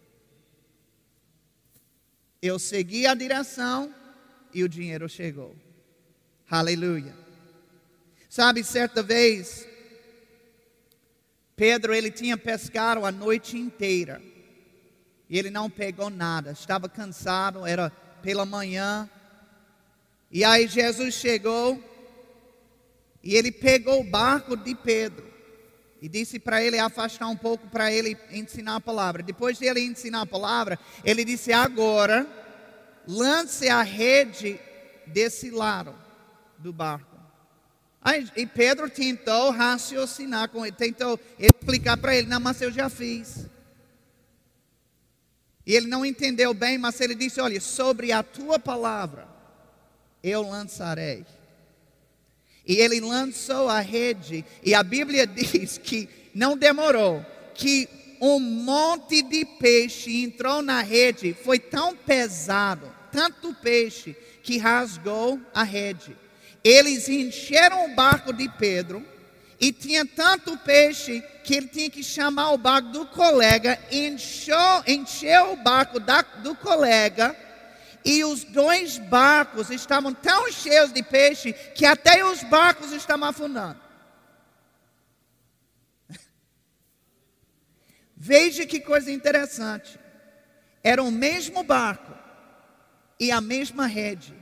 Eu segui a direção e o dinheiro chegou. Aleluia. Sabe, certa vez, Pedro, ele tinha pescado a noite inteira. E ele não pegou nada. Estava cansado, era pela manhã. E aí Jesus chegou. E ele pegou o barco de Pedro. E disse para ele afastar um pouco para ele ensinar a palavra. Depois de ele ensinar a palavra, ele disse: agora, lance a rede desse lado do barco. Aí, e Pedro tentou raciocinar com ele, tentou explicar para ele: não, mas eu já fiz. E ele não entendeu bem, mas ele disse: olha, sobre a tua palavra eu lançarei. E ele lançou a rede, e a Bíblia diz que não demorou, que um monte de peixe entrou na rede. Foi tão pesado, tanto peixe, que rasgou a rede. Eles encheram o barco de Pedro, e tinha tanto peixe que ele tinha que chamar o barco do colega, encheu o barco do colega, e os dois barcos estavam tão cheios de peixe que até os barcos estavam afundando. Veja que coisa interessante. Era o mesmo barco e a mesma rede.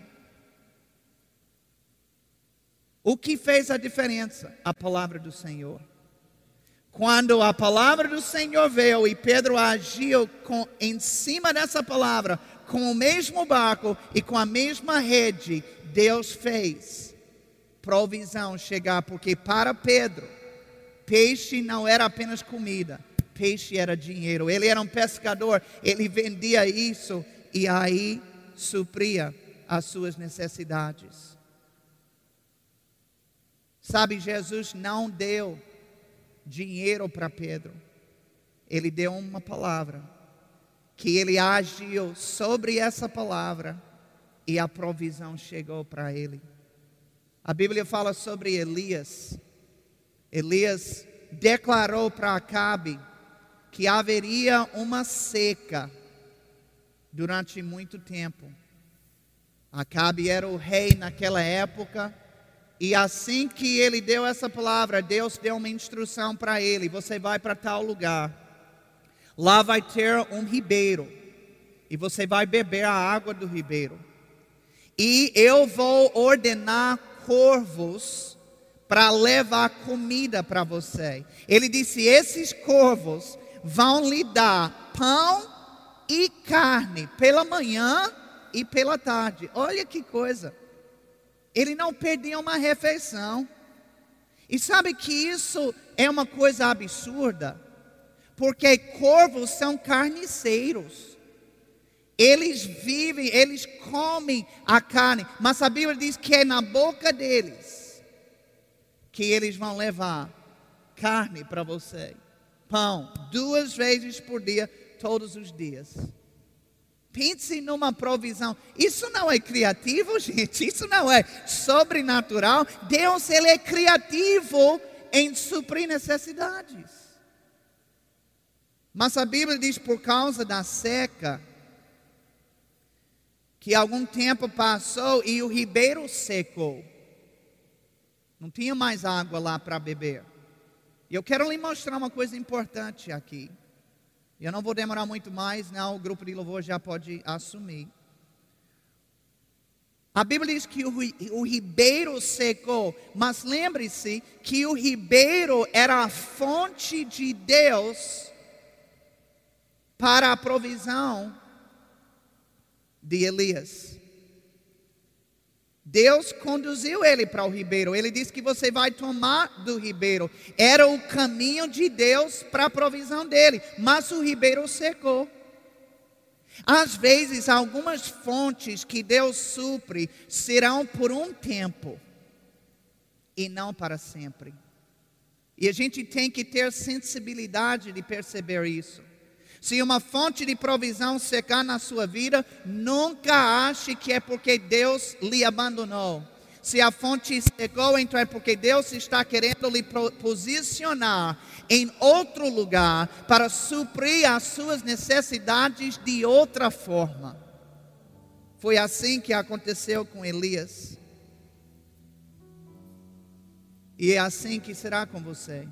O que fez a diferença? A palavra do Senhor. Quando a palavra do Senhor veio e Pedro agiu em cima dessa palavra, com o mesmo barco e com a mesma rede, Deus fez provisão chegar, porque para Pedro, peixe não era apenas comida, peixe era dinheiro. Ele era um pescador, ele vendia isso e aí supria as suas necessidades. Sabe, Jesus não deu dinheiro para Pedro, ele deu uma palavra, que ele agiu sobre essa palavra e a provisão chegou para ele. A Bíblia fala sobre Elias. Elias declarou para Acabe que haveria uma seca durante muito tempo. Acabe era o rei naquela época, e assim que ele deu essa palavra, Deus deu uma instrução para ele: você vai para tal lugar, lá vai ter um ribeiro, e você vai beber a água do ribeiro, e eu vou ordenar corvos para levar comida para você. Ele disse: esses corvos vão lhe dar pão e carne pela manhã e pela tarde. Olha que coisa. Ele não perdia uma refeição. E sabe que isso é uma coisa absurda? Porque corvos são carniceiros. Eles vivem, eles comem a carne. Mas a Bíblia diz que é na boca deles que eles vão levar carne para você. Pão, 2 vezes por dia, todos os dias. Pense numa provisão. Isso não é criativo, gente. Isso não é sobrenatural. Deus, ele é criativo em suprir necessidades. Mas a Bíblia diz, por causa da seca, que algum tempo passou e o ribeiro secou. Não tinha mais água lá para beber. E eu quero lhe mostrar uma coisa importante aqui. Eu não vou demorar muito mais, não, o grupo de louvor já pode assumir. A Bíblia diz que o ribeiro secou, mas lembre-se que o ribeiro era a fonte de Deus para a provisão de Elias. Deus conduziu ele para o ribeiro. Ele disse que você vai tomar do ribeiro. Era o caminho de Deus para a provisão dele. Mas o ribeiro secou. Às vezes, algumas fontes que Deus supre serão por um tempo e não para sempre. E a gente tem que ter sensibilidade de perceber isso. Se uma fonte de provisão secar na sua vida, nunca ache que é porque Deus lhe abandonou. Se a fonte secou, então é porque Deus está querendo lhe posicionar em outro lugar para suprir as suas necessidades de outra forma. Foi assim que aconteceu com Elias. E é assim que será com você.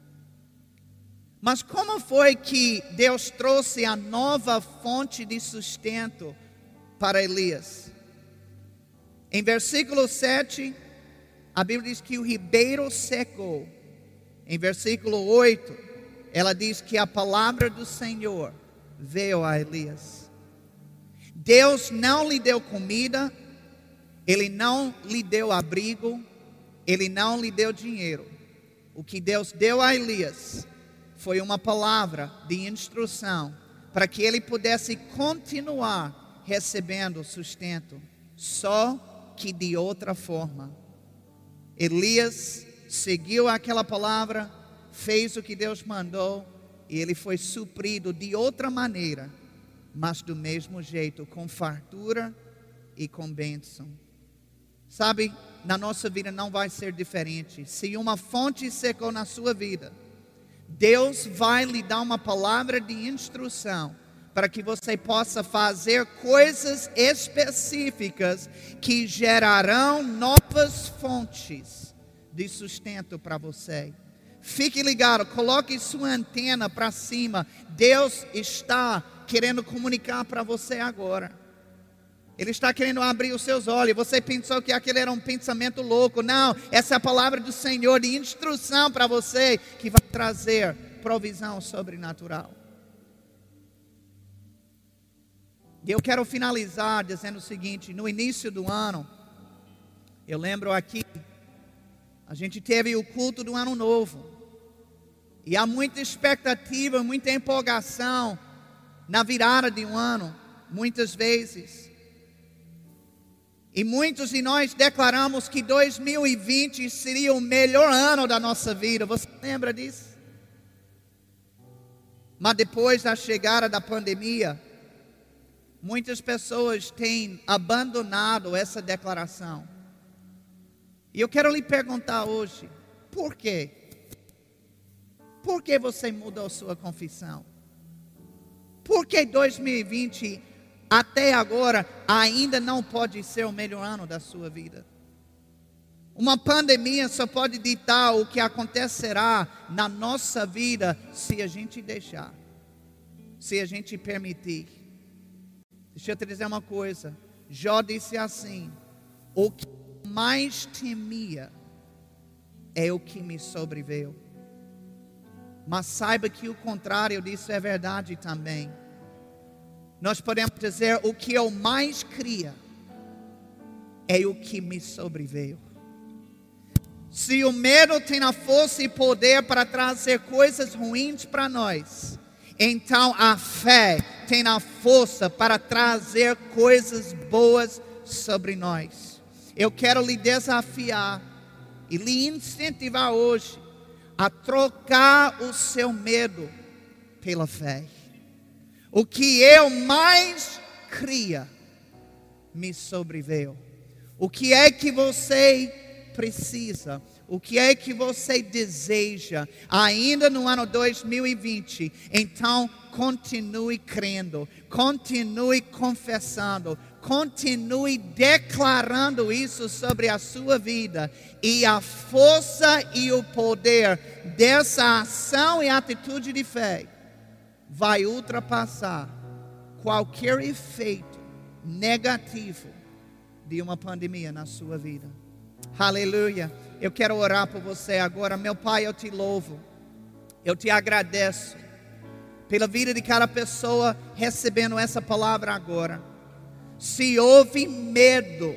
Mas como foi que Deus trouxe a nova fonte de sustento para Elias? Em versículo 7, a Bíblia diz que o ribeiro secou. Em versículo 8, ela diz que a palavra do Senhor veio a Elias. Deus não lhe deu comida, Ele não lhe deu abrigo, Ele não lhe deu dinheiro. O que Deus deu a Elias foi uma palavra de instrução para que ele pudesse continuar recebendo sustento, só que de outra forma. Elias seguiu aquela palavra, fez o que Deus mandou, e ele foi suprido de outra maneira, mas do mesmo jeito, com fartura e com bênção. Sabe, na nossa vida não vai ser diferente. Se uma fonte secou na sua vida, Deus vai lhe dar uma palavra de instrução para que você possa fazer coisas específicas que gerarão novas fontes de sustento para você. Fique ligado, coloque sua antena para cima. Deus está querendo comunicar para você agora. Ele está querendo abrir os seus olhos. Você pensou que aquele era um pensamento louco. Não, essa é a palavra do Senhor de instrução para você, que vai trazer provisão sobrenatural. E eu quero finalizar dizendo o seguinte: no início do ano, eu lembro aqui, a gente teve o culto do ano novo. E há muita expectativa, muita empolgação na virada de um ano, muitas vezes. E muitos de nós declaramos que 2020 seria o melhor ano da nossa vida. Você lembra disso? Mas depois da chegada da pandemia, muitas pessoas têm abandonado essa declaração. E eu quero lhe perguntar hoje, por quê? Por que você mudou sua confissão? Por que 2020 até agora ainda não pode ser o melhor ano da sua vida? Uma pandemia só pode ditar o que acontecerá na nossa vida se a gente deixar, se a gente permitir. Deixa eu te dizer uma coisa. Jó disse assim: o que mais temia é o que me sobreveio. Mas saiba que o contrário disso é verdade também. Nós podemos dizer: o que eu mais cria é o que me sobreveio. Se o medo tem a força e poder para trazer coisas ruins para nós, então a fé tem a força para trazer coisas boas sobre nós. Eu quero lhe desafiar e lhe incentivar hoje a trocar o seu medo pela fé. O que eu mais cria me sobreveio. O que é que você precisa? O que é que você deseja ainda no ano 2020? Então continue crendo, continue confessando, continue declarando isso sobre a sua vida, e a força e o poder dessa ação e atitude de fé vai ultrapassar qualquer efeito negativo de uma pandemia na sua vida. Aleluia. Eu quero orar por você agora. Meu Pai, eu te louvo, eu te agradeço pela vida de cada pessoa recebendo essa palavra agora. Se houve medo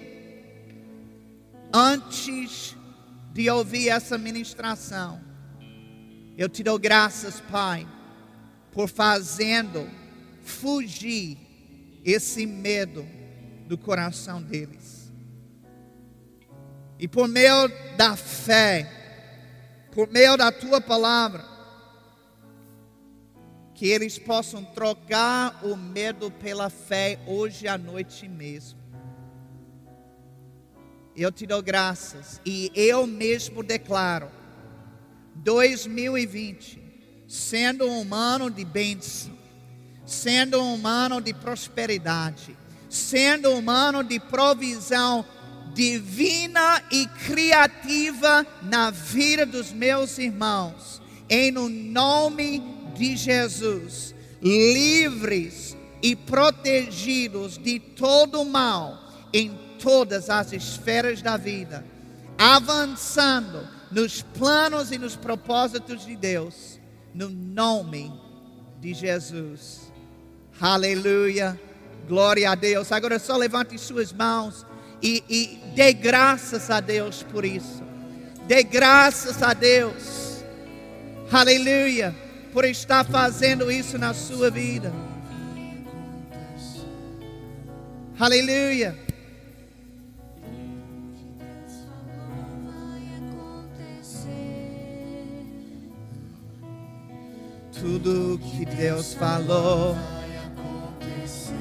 antes de ouvir essa ministração, eu te dou graças, Pai, por fazendo fugir esse medo do coração deles. E por meio da fé, por meio da tua palavra, que eles possam trocar o medo pela fé hoje à noite mesmo. Eu te dou graças e eu mesmo declaro 2020 sendo um ano de bênção, sendo um ano de prosperidade, sendo um ano de provisão divina e criativa na vida dos meus irmãos, em nome de Jesus, livres e protegidos de todo o mal em todas as esferas da vida, avançando nos planos e nos propósitos de Deus, no nome de Jesus. Aleluia, glória a Deus. Agora só levante suas mãos e dê graças a Deus por isso. Dê graças a Deus, aleluia, por estar fazendo isso na sua vida. Aleluia. Tudo que Deus falou vai acontecer.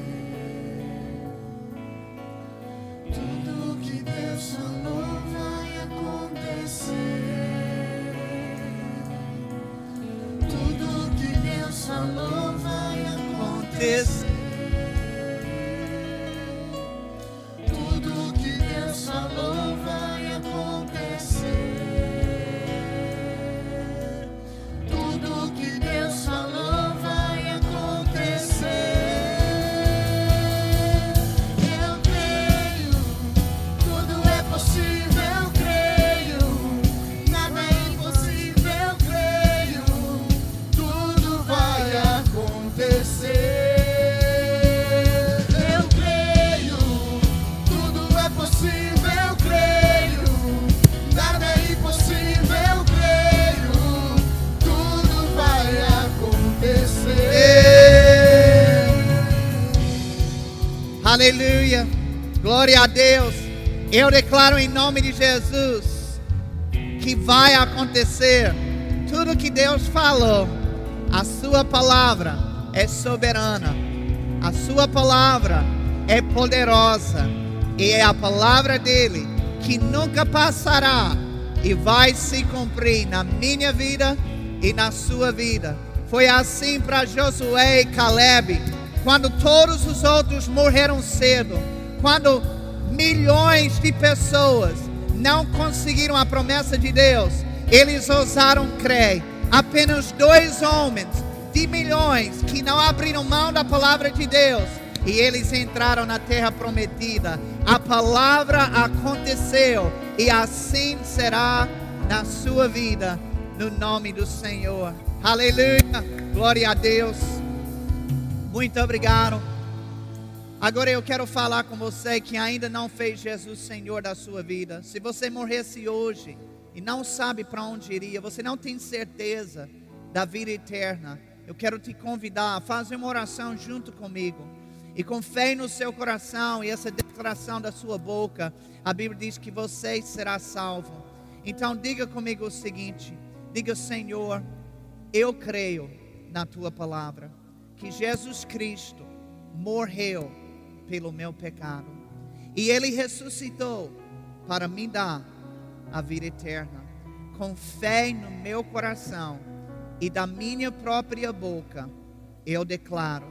Tudo que Deus falou vai acontecer. Tudo que Deus falou vai acontecer. Tudo que Deus falou vai acontecer. Tudo que Deus falou vai acontecer. Eu creio, tudo é possível, eu creio. Nada é impossível, eu creio. Tudo vai acontecer. Eu creio, tudo é possível, eu creio. Nada é impossível, eu creio. Tudo vai acontecer. Aleluia. Glória a Deus. Eu declaro em nome de Jesus que vai acontecer tudo que Deus falou. A sua palavra é soberana. A sua palavra é poderosa. E é a palavra dele que nunca passará e vai se cumprir na minha vida e na sua vida. Foi assim para Josué e Caleb, quando todos os outros morreram cedo, quando milhões de pessoas não conseguiram a promessa de Deus, eles ousaram crer. Apenas 2 homens de milhões que não abriram mão da palavra de Deus, e eles entraram na terra prometida. A palavra aconteceu, e assim será na sua vida, no nome do Senhor. Aleluia, glória a Deus. Muito obrigado. Agora eu quero falar com você que ainda não fez Jesus Senhor da sua vida. Se você morresse hoje e não sabe para onde iria, você não tem certeza da vida eterna, eu quero te convidar a fazer uma oração junto comigo. E com fé no seu coração e essa declaração da sua boca, a Bíblia diz que você será salvo. Então diga comigo o seguinte: diga: Senhor, eu creio na tua palavra, que Jesus Cristo morreu pelo meu pecado e Ele ressuscitou para me dar a vida eterna. Com fé no meu coração e da minha própria boca, eu declaro: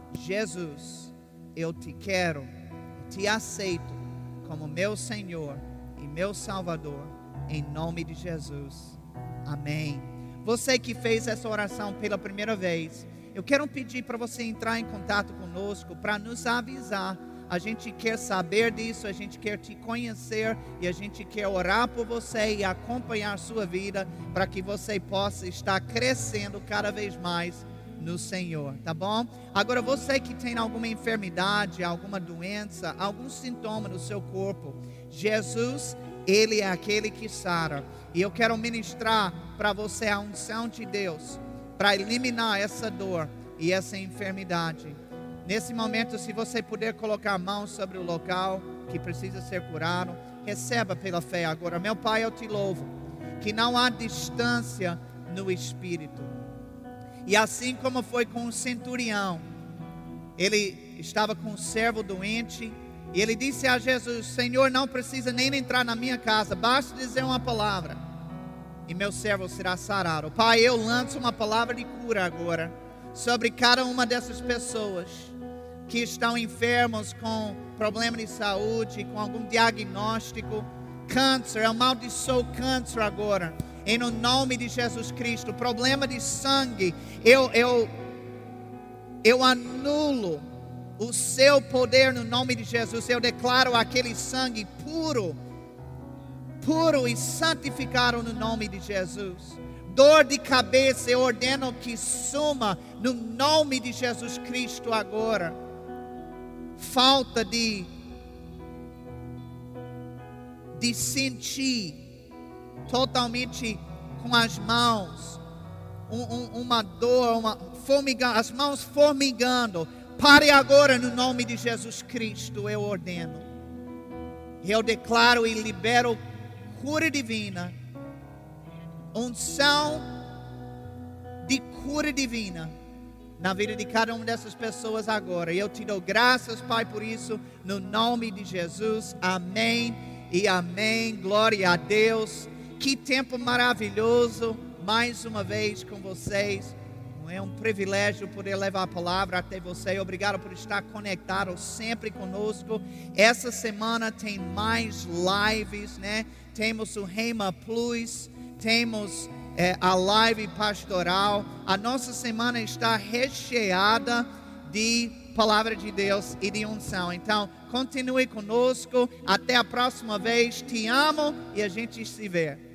Jesus, eu te quero e te aceito como meu Senhor e meu Salvador, em nome de Jesus. Amém. Você que fez essa oração pela primeira vez, eu quero pedir para você entrar em contato conosco para nos avisar. A gente quer saber disso, a gente quer te conhecer e a gente quer orar por você e acompanhar a sua vida para que você possa estar crescendo cada vez mais no Senhor, tá bom? Agora, você que tem alguma enfermidade, alguma doença, algum sintoma no seu corpo, Jesus, Ele é aquele que sara. E eu quero ministrar para você a unção de Deus para eliminar essa dor e essa enfermidade. Nesse momento, se você puder colocar a mão sobre o local que precisa ser curado, receba pela fé agora. Meu Pai, eu te louvo que não há distância no Espírito. E assim como foi com o centurião, ele estava com um servo doente, e ele disse a Jesus: Senhor, não precisa nem entrar na minha casa, basta dizer uma palavra e meu servo será sarado. Pai, eu lanço uma palavra de cura agora sobre cada uma dessas pessoas que estão enfermos com problema de saúde, com algum diagnóstico, câncer. Eu amaldiçoo câncer agora, em nome de Jesus Cristo. Problema de sangue, eu anulo o seu poder no nome de Jesus. Eu declaro aquele sangue puro e santificado no nome de Jesus. Dor de cabeça, eu ordeno que suma no nome de Jesus Cristo agora. Falta de sentir totalmente com as mãos, uma dor, as mãos formigando. Pare agora no nome de Jesus Cristo, eu ordeno. Eu declaro e libero cura divina, unção de cura divina na vida de cada uma dessas pessoas agora. E eu te dou graças, Pai, por isso, no nome de Jesus. Amém e amém. Glória a Deus. Que tempo maravilhoso, mais uma vez com vocês. É um privilégio poder levar a palavra até você. Obrigado por estar conectado sempre conosco. Essa semana tem mais lives, né? Temos o Rema Plus, temos a live pastoral. A nossa semana está recheada de palavra de Deus e de unção. Então, continue conosco. Até a próxima vez. Te amo e a gente se vê.